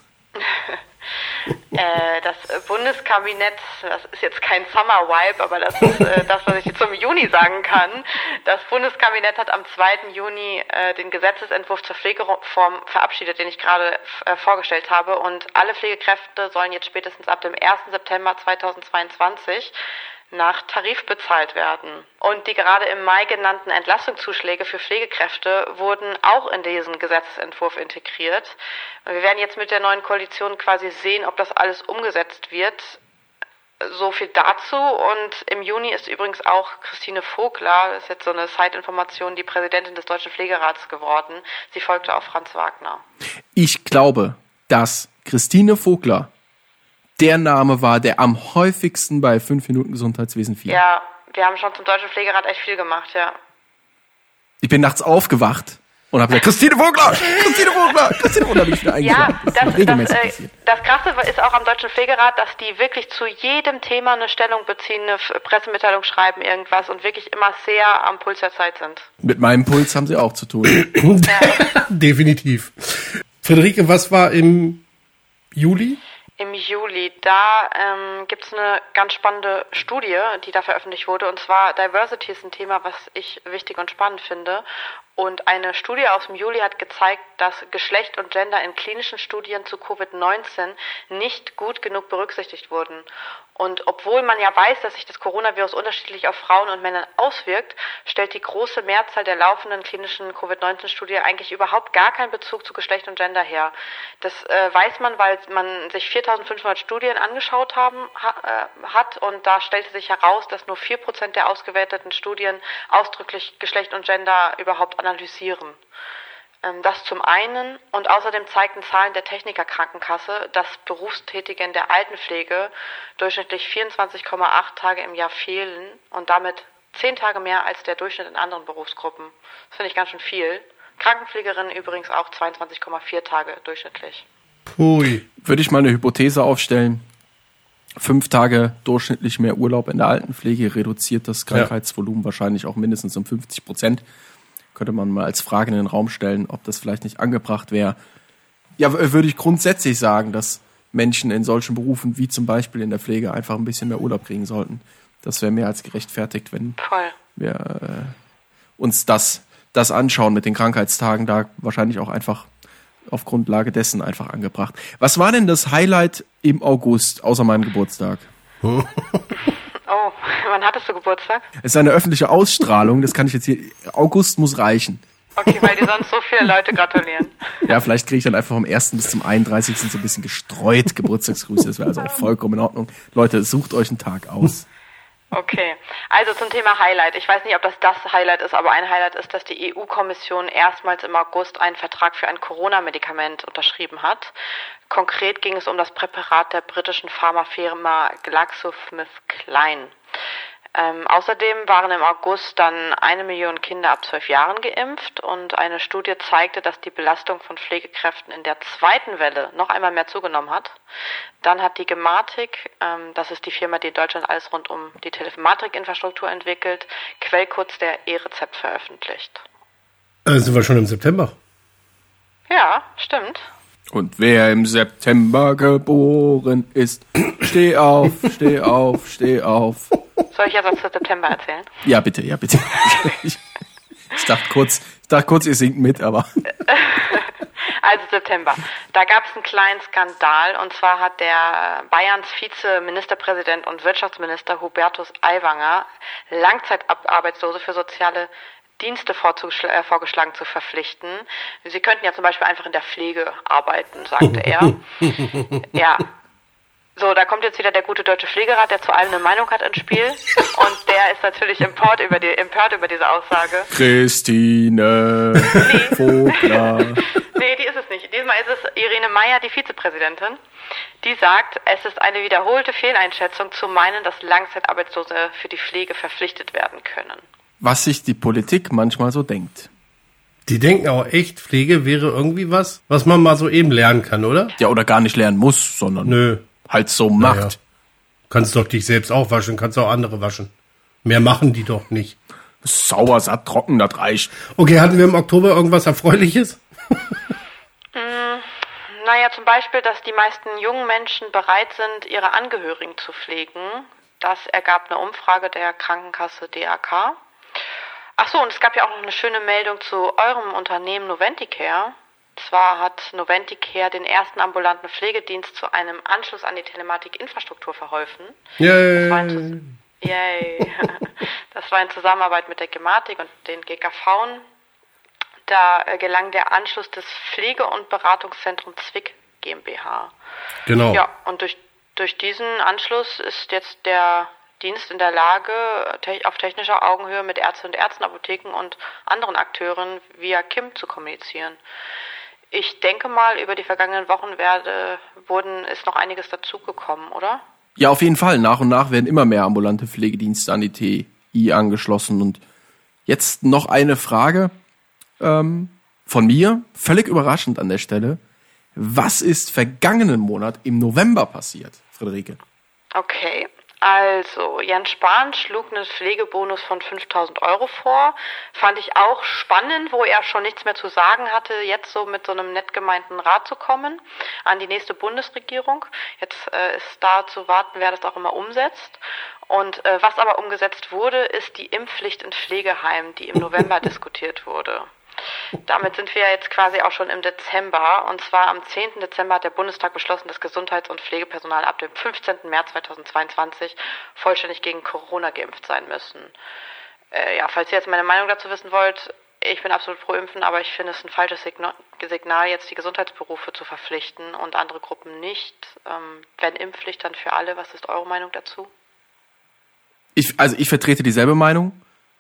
Das Bundeskabinett, das ist jetzt kein Summer Vibe, aber das ist das, was ich jetzt zum Juni sagen kann. Das Bundeskabinett hat am 2. Juni den Gesetzesentwurf zur Pflegereform verabschiedet, den ich gerade vorgestellt habe. Und alle Pflegekräfte sollen jetzt spätestens ab dem 1. September 2022 nach Tarif bezahlt werden. Und die gerade im Mai genannten Entlastungszuschläge für Pflegekräfte wurden auch in diesen Gesetzesentwurf integriert. Wir werden jetzt mit der neuen Koalition quasi sehen, ob das alles umgesetzt wird. So viel dazu. Und im Juni ist übrigens auch Christine Vogler, das ist jetzt so eine Side-Information, die Präsidentin des Deutschen Pflegerats geworden. Sie folgte auf Franz Wagner. Ich glaube, dass Christine Vogler der Name war, der am häufigsten bei 5 Minuten Gesundheitswesen fiel. Ja, wir haben schon zum Deutschen Pflegerat echt viel gemacht, ja. Ich bin nachts aufgewacht und habe gesagt, Christine Vogler, Christine Vogler, Christine Vogler, bin ich wieder eingeschlafen. Ja, das Krasse ist auch am Deutschen Pflegerat, dass die wirklich zu jedem Thema eine Stellung beziehen, eine Pressemitteilung schreiben, irgendwas und wirklich immer sehr am Puls der Zeit sind. Mit meinem Puls haben sie auch zu tun. Definitiv. Friederike, was war im Juli? Im Juli, da gibt's eine ganz spannende Studie, die da veröffentlicht wurde. Und zwar Diversity ist ein Thema, was ich wichtig und spannend finde. Und eine Studie aus dem Juli hat gezeigt, dass Geschlecht und Gender in klinischen Studien zu Covid-19 nicht gut genug berücksichtigt wurden. Und obwohl man ja weiß, dass sich das Coronavirus unterschiedlich auf Frauen und Männer auswirkt, stellt die große Mehrzahl der laufenden klinischen Covid-19-Studie eigentlich überhaupt gar keinen Bezug zu Geschlecht und Gender her. Das weiß man, weil man sich 4.500 Studien angeschaut hat und da stellte sich heraus, dass nur 4% der ausgewerteten Studien ausdrücklich Geschlecht und Gender überhaupt analysieren. Das zum einen, und außerdem zeigten Zahlen der Technikerkrankenkasse, dass Berufstätige in der Altenpflege durchschnittlich 24,8 Tage im Jahr fehlen und damit 10 Tage mehr als der Durchschnitt in anderen Berufsgruppen. Das finde ich ganz schön viel. Krankenpflegerinnen übrigens auch 22,4 Tage durchschnittlich. Hui. Würde ich mal eine Hypothese aufstellen. 5 Tage durchschnittlich mehr Urlaub in der Altenpflege reduziert das Krankheitsvolumen wahrscheinlich auch mindestens um 50%. Könnte man mal als Frage in den Raum stellen, ob das vielleicht nicht angebracht wäre. Ja, würde ich grundsätzlich sagen, dass Menschen in solchen Berufen wie zum Beispiel in der Pflege einfach ein bisschen mehr Urlaub kriegen sollten. Das wäre mehr als gerechtfertigt, wenn wir uns das anschauen mit den Krankheitstagen, da wahrscheinlich auch einfach auf Grundlage dessen einfach angebracht. Was war denn das Highlight im August, außer meinem Geburtstag? Oh, wann hattest du Geburtstag? Es ist eine öffentliche Ausstrahlung, das kann ich jetzt hier, August muss reichen. Okay, weil dir sonst so viele Leute gratulieren. Ja, vielleicht kriege ich dann einfach vom 1. bis zum 31. so ein bisschen gestreut Geburtstagsgrüße, das wäre also auch vollkommen in Ordnung. Leute, sucht euch einen Tag aus. Okay, also zum Thema Highlight. Ich weiß nicht, ob das Highlight ist, aber ein Highlight ist, dass die EU-Kommission erstmals im August einen Vertrag für ein Corona-Medikament unterschrieben hat. Konkret ging es um das Präparat der britischen Pharmafirma GlaxoSmithKline. Außerdem waren im August dann 1 Million Kinder ab 12 Jahren geimpft und eine Studie zeigte, dass die Belastung von Pflegekräften in der zweiten Welle noch einmal mehr zugenommen hat. Dann hat die Gematik, das ist die Firma, die in Deutschland alles rund um die Telematik-Infrastruktur entwickelt, Quellcodes der E-Rezept veröffentlicht. Sind wir schon im September? Ja, stimmt. Und wer im September geboren ist, steh auf, steh auf, steh auf. Soll ich jetzt was zu September erzählen? Ja, bitte, ja, bitte. Ich dachte kurz, ihr singt mit, aber... Also September. Da gab es einen kleinen Skandal, und zwar hat der Bayerns Vize-Ministerpräsident und Wirtschaftsminister Hubertus Aiwanger Langzeitarbeitslose für soziale Dienste vorgeschlagen zu verpflichten. Sie könnten ja zum Beispiel einfach in der Pflege arbeiten, sagte er. Ja. So, da kommt jetzt wieder der gute deutsche Pflegerat, der zu allem eine Meinung hat ins Spiel. Und der ist natürlich empört über diese Aussage. Christine Vogler. Nee, die ist es nicht. Diesmal ist es Irene Meyer, die Vizepräsidentin. Die sagt, es ist eine wiederholte Fehleinschätzung zu meinen, dass Langzeitarbeitslose für die Pflege verpflichtet werden können. Was sich die Politik manchmal so denkt. Die denken auch echt, Pflege wäre irgendwie was man mal so eben lernen kann, oder? Ja, oder gar nicht lernen muss, sondern halt so macht. Naja. Kannst doch dich selbst auch waschen, kannst auch andere waschen. Mehr machen die doch nicht. Sauber, satt, trocken, das reicht. Okay, hatten wir im Oktober irgendwas Erfreuliches? Naja, zum Beispiel, dass die meisten jungen Menschen bereit sind, ihre Angehörigen zu pflegen. Das ergab eine Umfrage der Krankenkasse DAK. Ach so, und es gab ja auch noch eine schöne Meldung zu eurem Unternehmen Noventicare. Zwar hat Noventicare den ersten ambulanten Pflegedienst zu einem Anschluss an die Telematik-Infrastruktur verholfen. Yay! Yay! Das war in Zusammenarbeit mit der Gematik und den GKVen. Da gelang der Anschluss des Pflege- und Beratungszentrums Zwick GmbH. Genau. Ja, und durch diesen Anschluss ist jetzt der Dienst in der Lage, auf technischer Augenhöhe mit Ärztinnen und Ärzten, Apotheken und anderen Akteuren via KIM zu kommunizieren. Ich denke mal, über die vergangenen Wochen ist noch einiges dazugekommen, oder? Ja, auf jeden Fall. Nach und nach werden immer mehr ambulante Pflegedienste an die TI angeschlossen. Und jetzt noch eine Frage von mir, völlig überraschend an der Stelle. Was ist vergangenen Monat im November passiert, Friederike? Okay. Also, Jens Spahn schlug einen Pflegebonus von 5.000 € vor. Fand ich auch spannend, wo er schon nichts mehr zu sagen hatte, jetzt so mit so einem nett gemeinten Rat zu kommen an die nächste Bundesregierung. Jetzt ist da zu warten, wer das auch immer umsetzt. Und was aber umgesetzt wurde, ist die Impfpflicht in Pflegeheimen, die im November diskutiert wurde. Damit sind wir jetzt quasi auch schon im Dezember. Und zwar am 10. Dezember hat der Bundestag beschlossen, dass Gesundheits- und Pflegepersonal ab dem 15. März 2022 vollständig gegen Corona geimpft sein müssen. Falls ihr jetzt meine Meinung dazu wissen wollt, ich bin absolut pro Impfen, aber ich finde es ein falsches Signal, jetzt die Gesundheitsberufe zu verpflichten und andere Gruppen nicht. Wenn Impfpflicht, dann für alle. Was ist eure Meinung dazu? Ich vertrete dieselbe Meinung.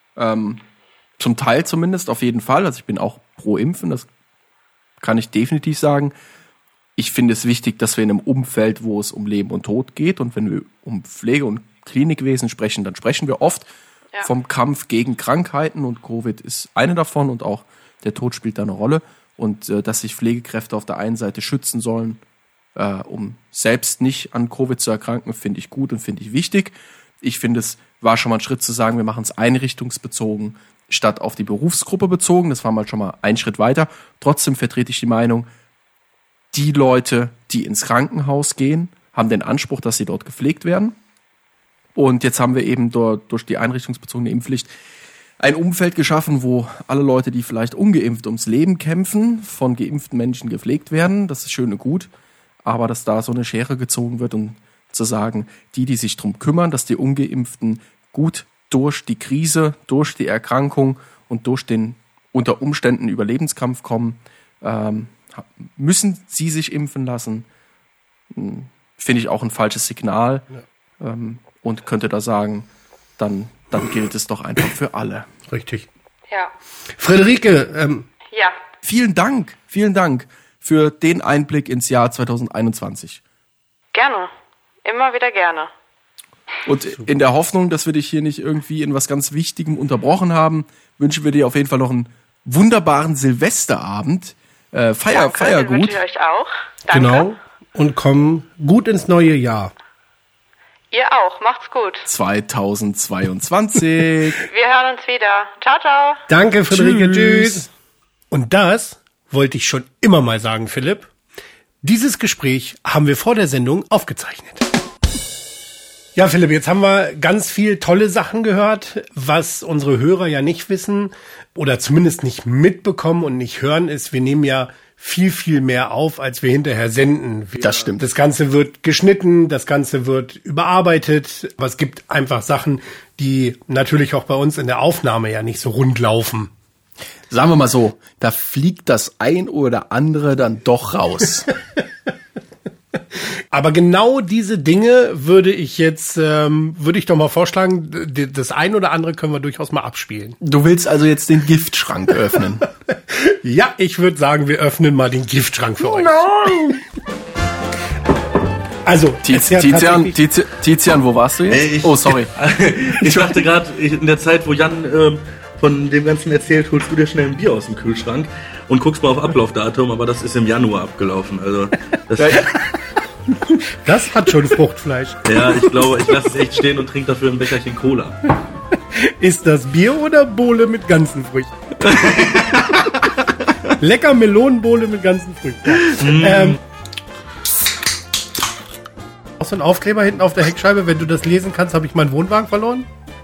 Zum Teil zumindest, auf jeden Fall. Also ich bin auch pro Impfen, das kann ich definitiv sagen. Ich finde es wichtig, dass wir in einem Umfeld, wo es um Leben und Tod geht, und wenn wir um Pflege- und Klinikwesen sprechen, dann sprechen wir oft vom Kampf gegen Krankheiten, und Covid ist eine davon, und auch der Tod spielt da eine Rolle. Und dass sich Pflegekräfte auf der einen Seite schützen sollen, um selbst nicht an Covid zu erkranken, finde ich gut und finde ich wichtig. Ich finde, es war schon mal ein Schritt zu sagen, wir machen es einrichtungsbezogen, statt auf die Berufsgruppe bezogen. Das war mal schon mal ein Schritt weiter. Trotzdem vertrete ich die Meinung, die Leute, die ins Krankenhaus gehen, haben den Anspruch, dass sie dort gepflegt werden. Und jetzt haben wir eben durch die einrichtungsbezogene Impfpflicht ein Umfeld geschaffen, wo alle Leute, die vielleicht ungeimpft ums Leben kämpfen, von geimpften Menschen gepflegt werden. Das ist schön und gut. Aber dass da so eine Schere gezogen wird, und zu sagen, die sich drum kümmern, dass die Ungeimpften gut durch die Krise, durch die Erkrankung und durch den unter Umständen Überlebenskampf kommen, müssen sie sich impfen lassen. Finde ich auch ein falsches Signal. Und könnte da sagen, dann gilt es doch einfach für alle. Richtig. Ja. Friederike, Ja. Vielen Dank für den Einblick ins Jahr 2021. Gerne. Immer wieder gerne. Und in der Hoffnung, dass wir dich hier nicht irgendwie in was ganz Wichtigem unterbrochen haben, wünschen wir dir auf jeden Fall noch einen wunderbaren Silvesterabend. Feier gut. Wünsche ich euch auch. Danke. Genau. Und komm gut ins neue Jahr. Ihr auch. Macht's gut. 2022. Wir hören uns wieder. Ciao, ciao. Danke, Friederike. Tschüss. Und das wollte ich schon immer mal sagen, Philipp. Dieses Gespräch haben wir vor der Sendung aufgezeichnet. Ja, Philipp, jetzt haben wir ganz viel tolle Sachen gehört. Was unsere Hörer ja nicht wissen oder zumindest nicht mitbekommen und nicht hören, ist, wir nehmen ja viel, viel mehr auf, als wir hinterher senden. Das stimmt. Das Ganze wird geschnitten, das Ganze wird überarbeitet. Aber es gibt einfach Sachen, die natürlich auch bei uns in der Aufnahme ja nicht so rund laufen. Sagen wir mal so, da fliegt das ein oder andere dann doch raus. Aber genau diese Dinge würde ich doch mal vorschlagen, das ein oder andere können wir durchaus mal abspielen. Du willst also jetzt den Giftschrank öffnen? Ja, ich würde sagen, wir öffnen mal den Giftschrank für euch. Nein! Also, Tizian, wo warst du jetzt? Sorry. Ich dachte gerade, in der Zeit, wo Jan von dem Ganzen erzählt, holst du dir schnell ein Bier aus dem Kühlschrank und guckst mal auf Ablaufdatum, aber das ist im Januar abgelaufen. Also das hat schon Fruchtfleisch. Ja, ich glaube, ich lasse es echt stehen und trinke dafür ein Becherchen Cola. Ist das Bier oder Bohle mit ganzen Früchten? Lecker Melonenbohle mit ganzen Früchten. Auch so ein Aufkleber hinten auf der Heckscheibe, wenn du das lesen kannst, habe ich meinen Wohnwagen verloren.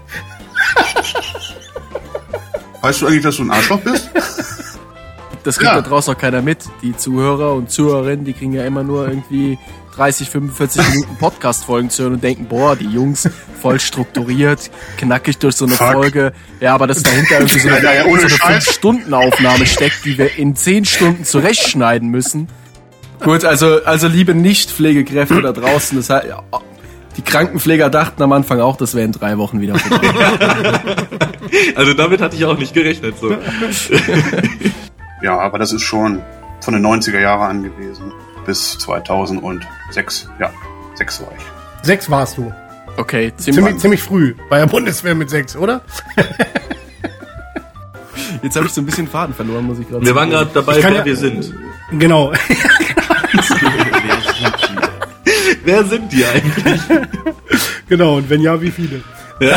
Weißt du eigentlich, dass du ein Arschloch bist? Das kriegt da draußen auch keiner mit. Die Zuhörer und Zuhörerinnen, die kriegen ja immer nur irgendwie 30, 45 Minuten Podcast-Folgen zu hören und denken, boah, die Jungs voll strukturiert, knackig durch so eine Folge. Ja, aber dass dahinter irgendwie so eine 5-Stunden-Aufnahme steckt, die wir in 10 Stunden zurechtschneiden müssen. Gut, also liebe Nicht-Pflegekräfte da draußen, das heißt, die Krankenpfleger dachten am Anfang auch, das wäre in 3 Wochen wieder vorbei. Also damit hatte ich auch nicht gerechnet. So. Ja, aber das ist schon von den 90er Jahren an gewesen. Bis 2006. Ja, 6 war ich. 6 warst du. Okay, ziemlich früh. Bei der Bundeswehr mit 6, oder? Jetzt habe ich so ein bisschen Faden verloren, muss ich gerade sagen. Wir waren gerade dabei, wer wir sind. Genau. Wer sind die eigentlich? Genau, und wenn ja, wie viele? Ja.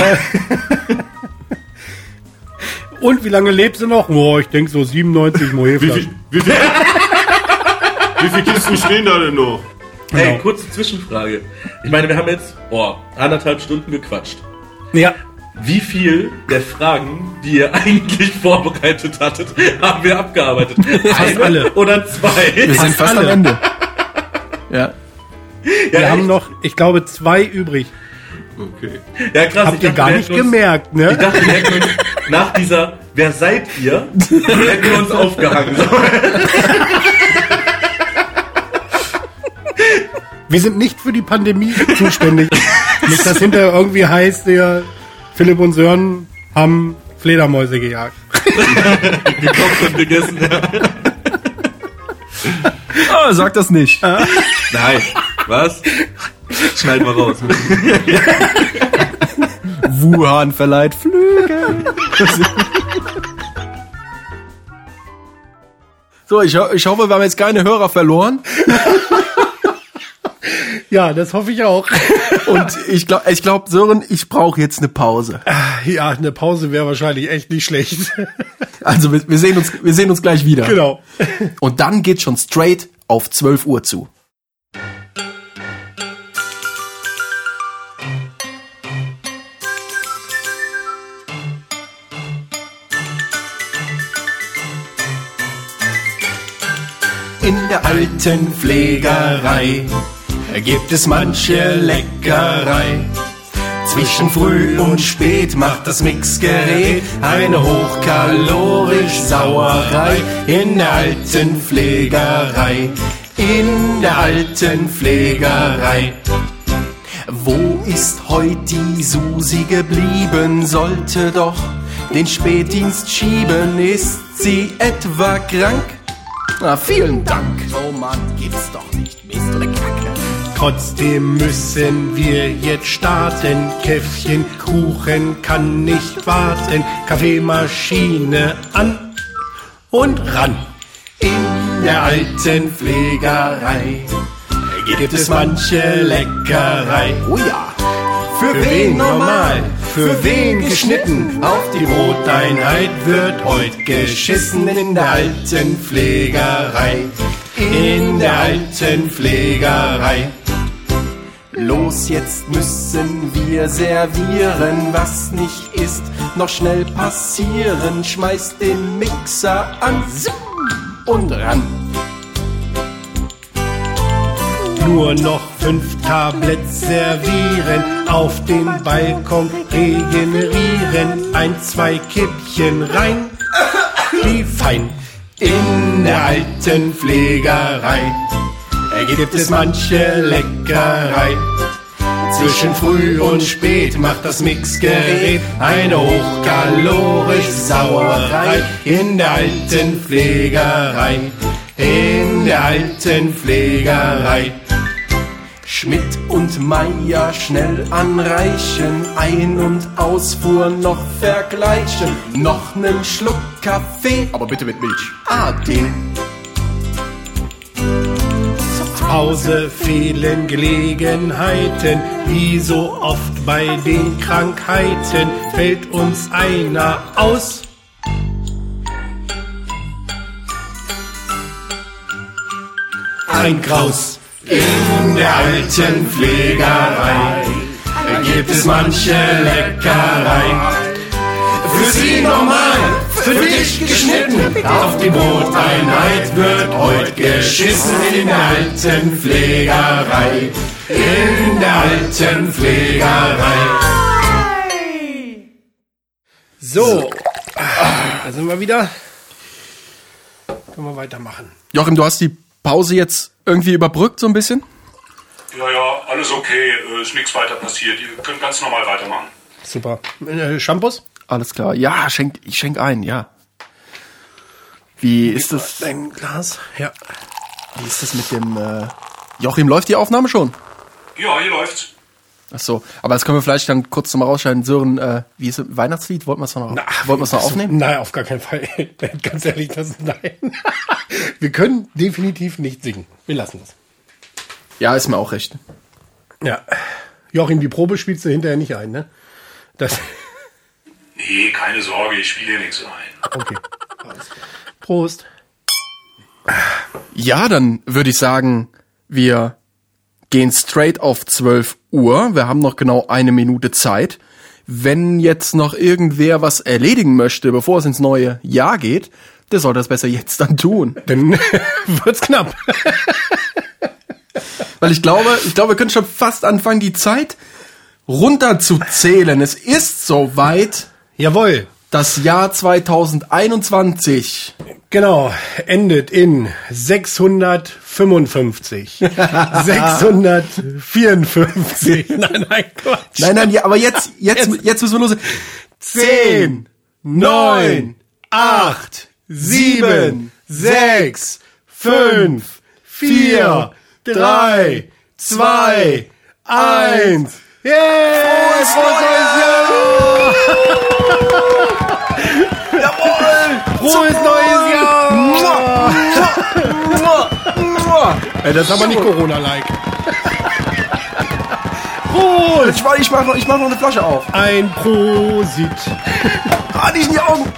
Und wie lange lebst du noch? Oh, ich denke so 97 Moe-Flaschen. Wie viel Kisten stehen da denn noch? Genau. Hey, kurze Zwischenfrage. Ich meine, wir haben jetzt 1,5 Stunden gequatscht. Ja. Wie viel der Fragen, die ihr eigentlich vorbereitet hattet, haben wir abgearbeitet? Fast alle. Oder 2? Wir sind fast am Ende. Ja. Wir haben noch, ich glaube, 2 übrig. Okay. Ja, krass. Habt ihr gar nicht gemerkt, ne? Ich dachte, wir hätten uns nach dieser Wer seid ihr? Hätten wir uns aufgehangen. Wir sind nicht für die Pandemie zuständig. Nicht, dass hinterher irgendwie heißt, der Philipp und Sören haben Fledermäuse gejagt. Gekocht und gegessen, ja. Oh, sag das nicht. Nein. Was? Schneid mal raus. Wuhan verleiht Flügel. So, ich hoffe, wir haben jetzt keine Hörer verloren. Ja, das hoffe ich auch. Und ich glaube, Sören, ich brauche jetzt eine Pause. Ja, eine Pause wäre wahrscheinlich echt nicht schlecht. Also wir sehen uns gleich wieder. Genau. Und dann geht's schon straight auf 12 Uhr zu. In der alten Pflegerei gibt es manche Leckerei. Zwischen früh und spät macht das Mixgerät eine hochkalorisch Sauerei. In der alten Pflegerei, in der alten Pflegerei. Wo ist heute die Susi geblieben? Sollte doch den Spätdienst schieben. Ist sie etwa krank? Na, vielen Dank. Oh Mann, gibt's doch nicht. Mist oder Kacke. Trotzdem müssen wir jetzt starten. Käffchen, Kuchen kann nicht warten. Kaffeemaschine an und ran. In der alten Pflegerei gibt es manche Leckerei. Oh ja. Für wen normal, für wen geschnitten. Auf die Broteinheit wird heut geschissen. In der alten Pflegerei, in der alten Pflegerei. Los, jetzt müssen wir servieren, was nicht ist, noch schnell passieren. Schmeißt den Mixer an und ran. Nur noch 5 Tabletts servieren, auf den Balkon regenerieren, 1, 2 Kippchen rein, wie fein. In der alten Pflegerei gibt es manche Leckerei. Zwischen früh und spät macht das Mixgerät eine hochkalorische Sauerei. In der alten Pflegerei, in der alten Pflegerei. Schmidt und Meier schnell anreichen, Ein- und Ausfuhr noch vergleichen, noch nen Schluck Kaffee, aber bitte mit Milch. den. Zur Pause fehlen Gelegenheiten, wie so oft bei den Krankheiten fällt uns einer aus. Ein Graus. In der alten Pflegerei gibt es manche Leckerei. Für Sie normal, für dich geschnitten. Auf die Broteinheit wird heut geschissen. In der alten Pflegerei, in der alten Pflegerei. So, da sind wir wieder. Können wir weitermachen. Joachim, du hast die Pause jetzt irgendwie überbrückt so ein bisschen? Ja, alles okay. Ist nichts weiter passiert. Ihr könnt ganz normal weitermachen. Super. Shampoos? Alles klar. Ja, ich schenk ein, ja. Wie ist das? Dein Glas? Ja. Wie ist das mit dem... Joachim, läuft die Aufnahme schon? Ja, hier läuft's. Ach so, aber das können wir vielleicht dann kurz nochmal rausschneiden. Sören, wie ist das? Weihnachtslied? Wollten wir es noch aufnehmen? Nein, auf gar keinen Fall. Ganz ehrlich, nein. Wir können definitiv nicht singen. Wir lassen das. Ja, ist mir auch recht. Ja. Joachim, die Probe spielst du hinterher nicht ein, ne? Nee, keine Sorge, ich spiele hier nichts ein. Okay. Alles klar. Prost. Ja, dann würde ich sagen, wir gehen straight auf 12 Uhr. Wir haben noch genau 1 Minute Zeit. Wenn jetzt noch irgendwer was erledigen möchte, bevor es ins neue Jahr geht, der soll das besser jetzt dann tun. Dann wird's knapp. Weil ich glaube, wir können schon fast anfangen, die Zeit runterzuzählen. Es ist soweit. Jawohl. Das Jahr 2021. Genau, endet in 655. 654. Nein, Quatsch. Nein, ja, aber jetzt müssen wir los. 10, 9, 8, 7, 6, 5, 4, 3, 2, 1. Yeah! Frohes Jahr! Jawohl! Frohes neues Jahr! Das ist aber nicht Corona-like. Prost! Ich mach noch eine Flasche auf. Ein Prosit. Nicht in die Augen.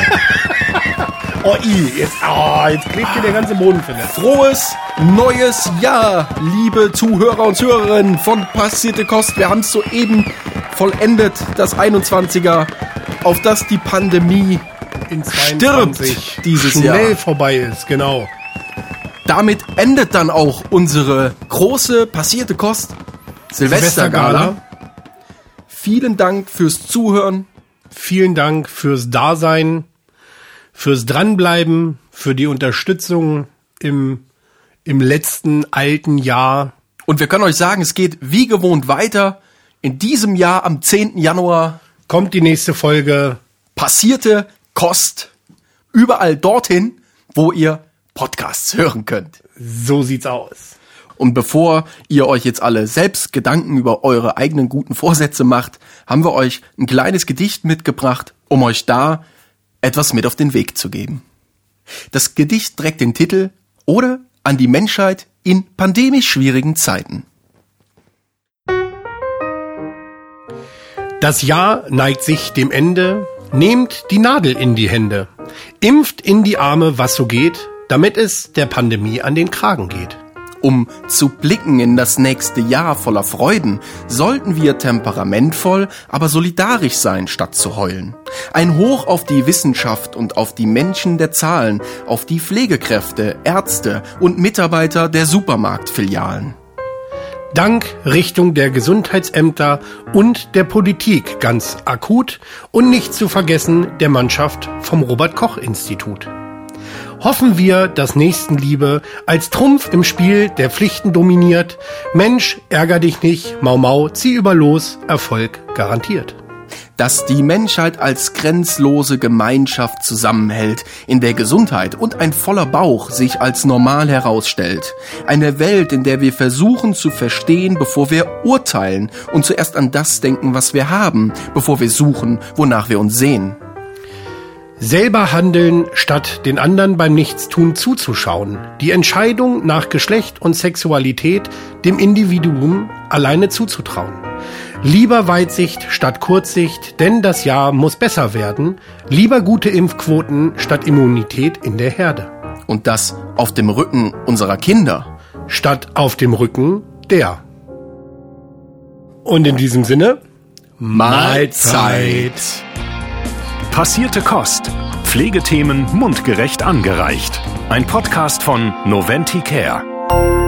Jetzt klebt hier der ganze Boden findet. Frohes neues Jahr, liebe Zuhörer und Zuhörerinnen von Passierte Kost. Wir haben es soeben vollendet, das 21er, auf das die Pandemie in stirbt dieses Jahr. Schnell vorbei ist, genau. Damit endet dann auch unsere große Passierte Kost Silvestergala. Vielen Dank fürs Zuhören. Vielen Dank fürs Dasein, fürs Dranbleiben, für die Unterstützung im letzten alten Jahr. Und wir können euch sagen, es geht wie gewohnt weiter. In diesem Jahr am 10. Januar kommt die nächste Folge Passierte Kost. Überall dorthin, wo ihr Podcasts hören könnt. So sieht's aus. Und bevor ihr euch jetzt alle selbst Gedanken über eure eigenen guten Vorsätze macht, haben wir euch ein kleines Gedicht mitgebracht, um euch da etwas mit auf den Weg zu geben. Das Gedicht trägt den Titel Ode an die Menschheit in pandemisch schwierigen Zeiten. Das Jahr neigt sich dem Ende. Nehmt die Nadel in die Hände. Impft in die Arme, was so geht, damit es der Pandemie an den Kragen geht. Um zu blicken in das nächste Jahr voller Freuden, sollten wir temperamentvoll, aber solidarisch sein, statt zu heulen. Ein Hoch auf die Wissenschaft und auf die Menschen der Zahlen, auf die Pflegekräfte, Ärzte und Mitarbeiter der Supermarktfilialen. Dank Richtung der Gesundheitsämter und der Politik ganz akut und nicht zu vergessen der Mannschaft vom Robert-Koch-Institut. Hoffen wir, dass Nächstenliebe als Trumpf im Spiel der Pflichten dominiert. Mensch, ärger dich nicht, Mau Mau, zieh über los, Erfolg garantiert. Dass die Menschheit als grenzlose Gemeinschaft zusammenhält, in der Gesundheit und ein voller Bauch sich als normal herausstellt. Eine Welt, in der wir versuchen zu verstehen, bevor wir urteilen und zuerst an das denken, was wir haben, bevor wir suchen, wonach wir uns sehen. Selber handeln, statt den anderen beim Nichtstun zuzuschauen. Die Entscheidung nach Geschlecht und Sexualität dem Individuum alleine zuzutrauen. Lieber Weitsicht statt Kurzsicht, denn das Jahr muss besser werden. Lieber gute Impfquoten statt Immunität in der Herde. Und das auf dem Rücken unserer Kinder. Statt auf dem Rücken der. Und in diesem Sinne, Mahlzeit. Passierte Kost. Pflegethemen mundgerecht angereicht. Ein Podcast von Noventi Care.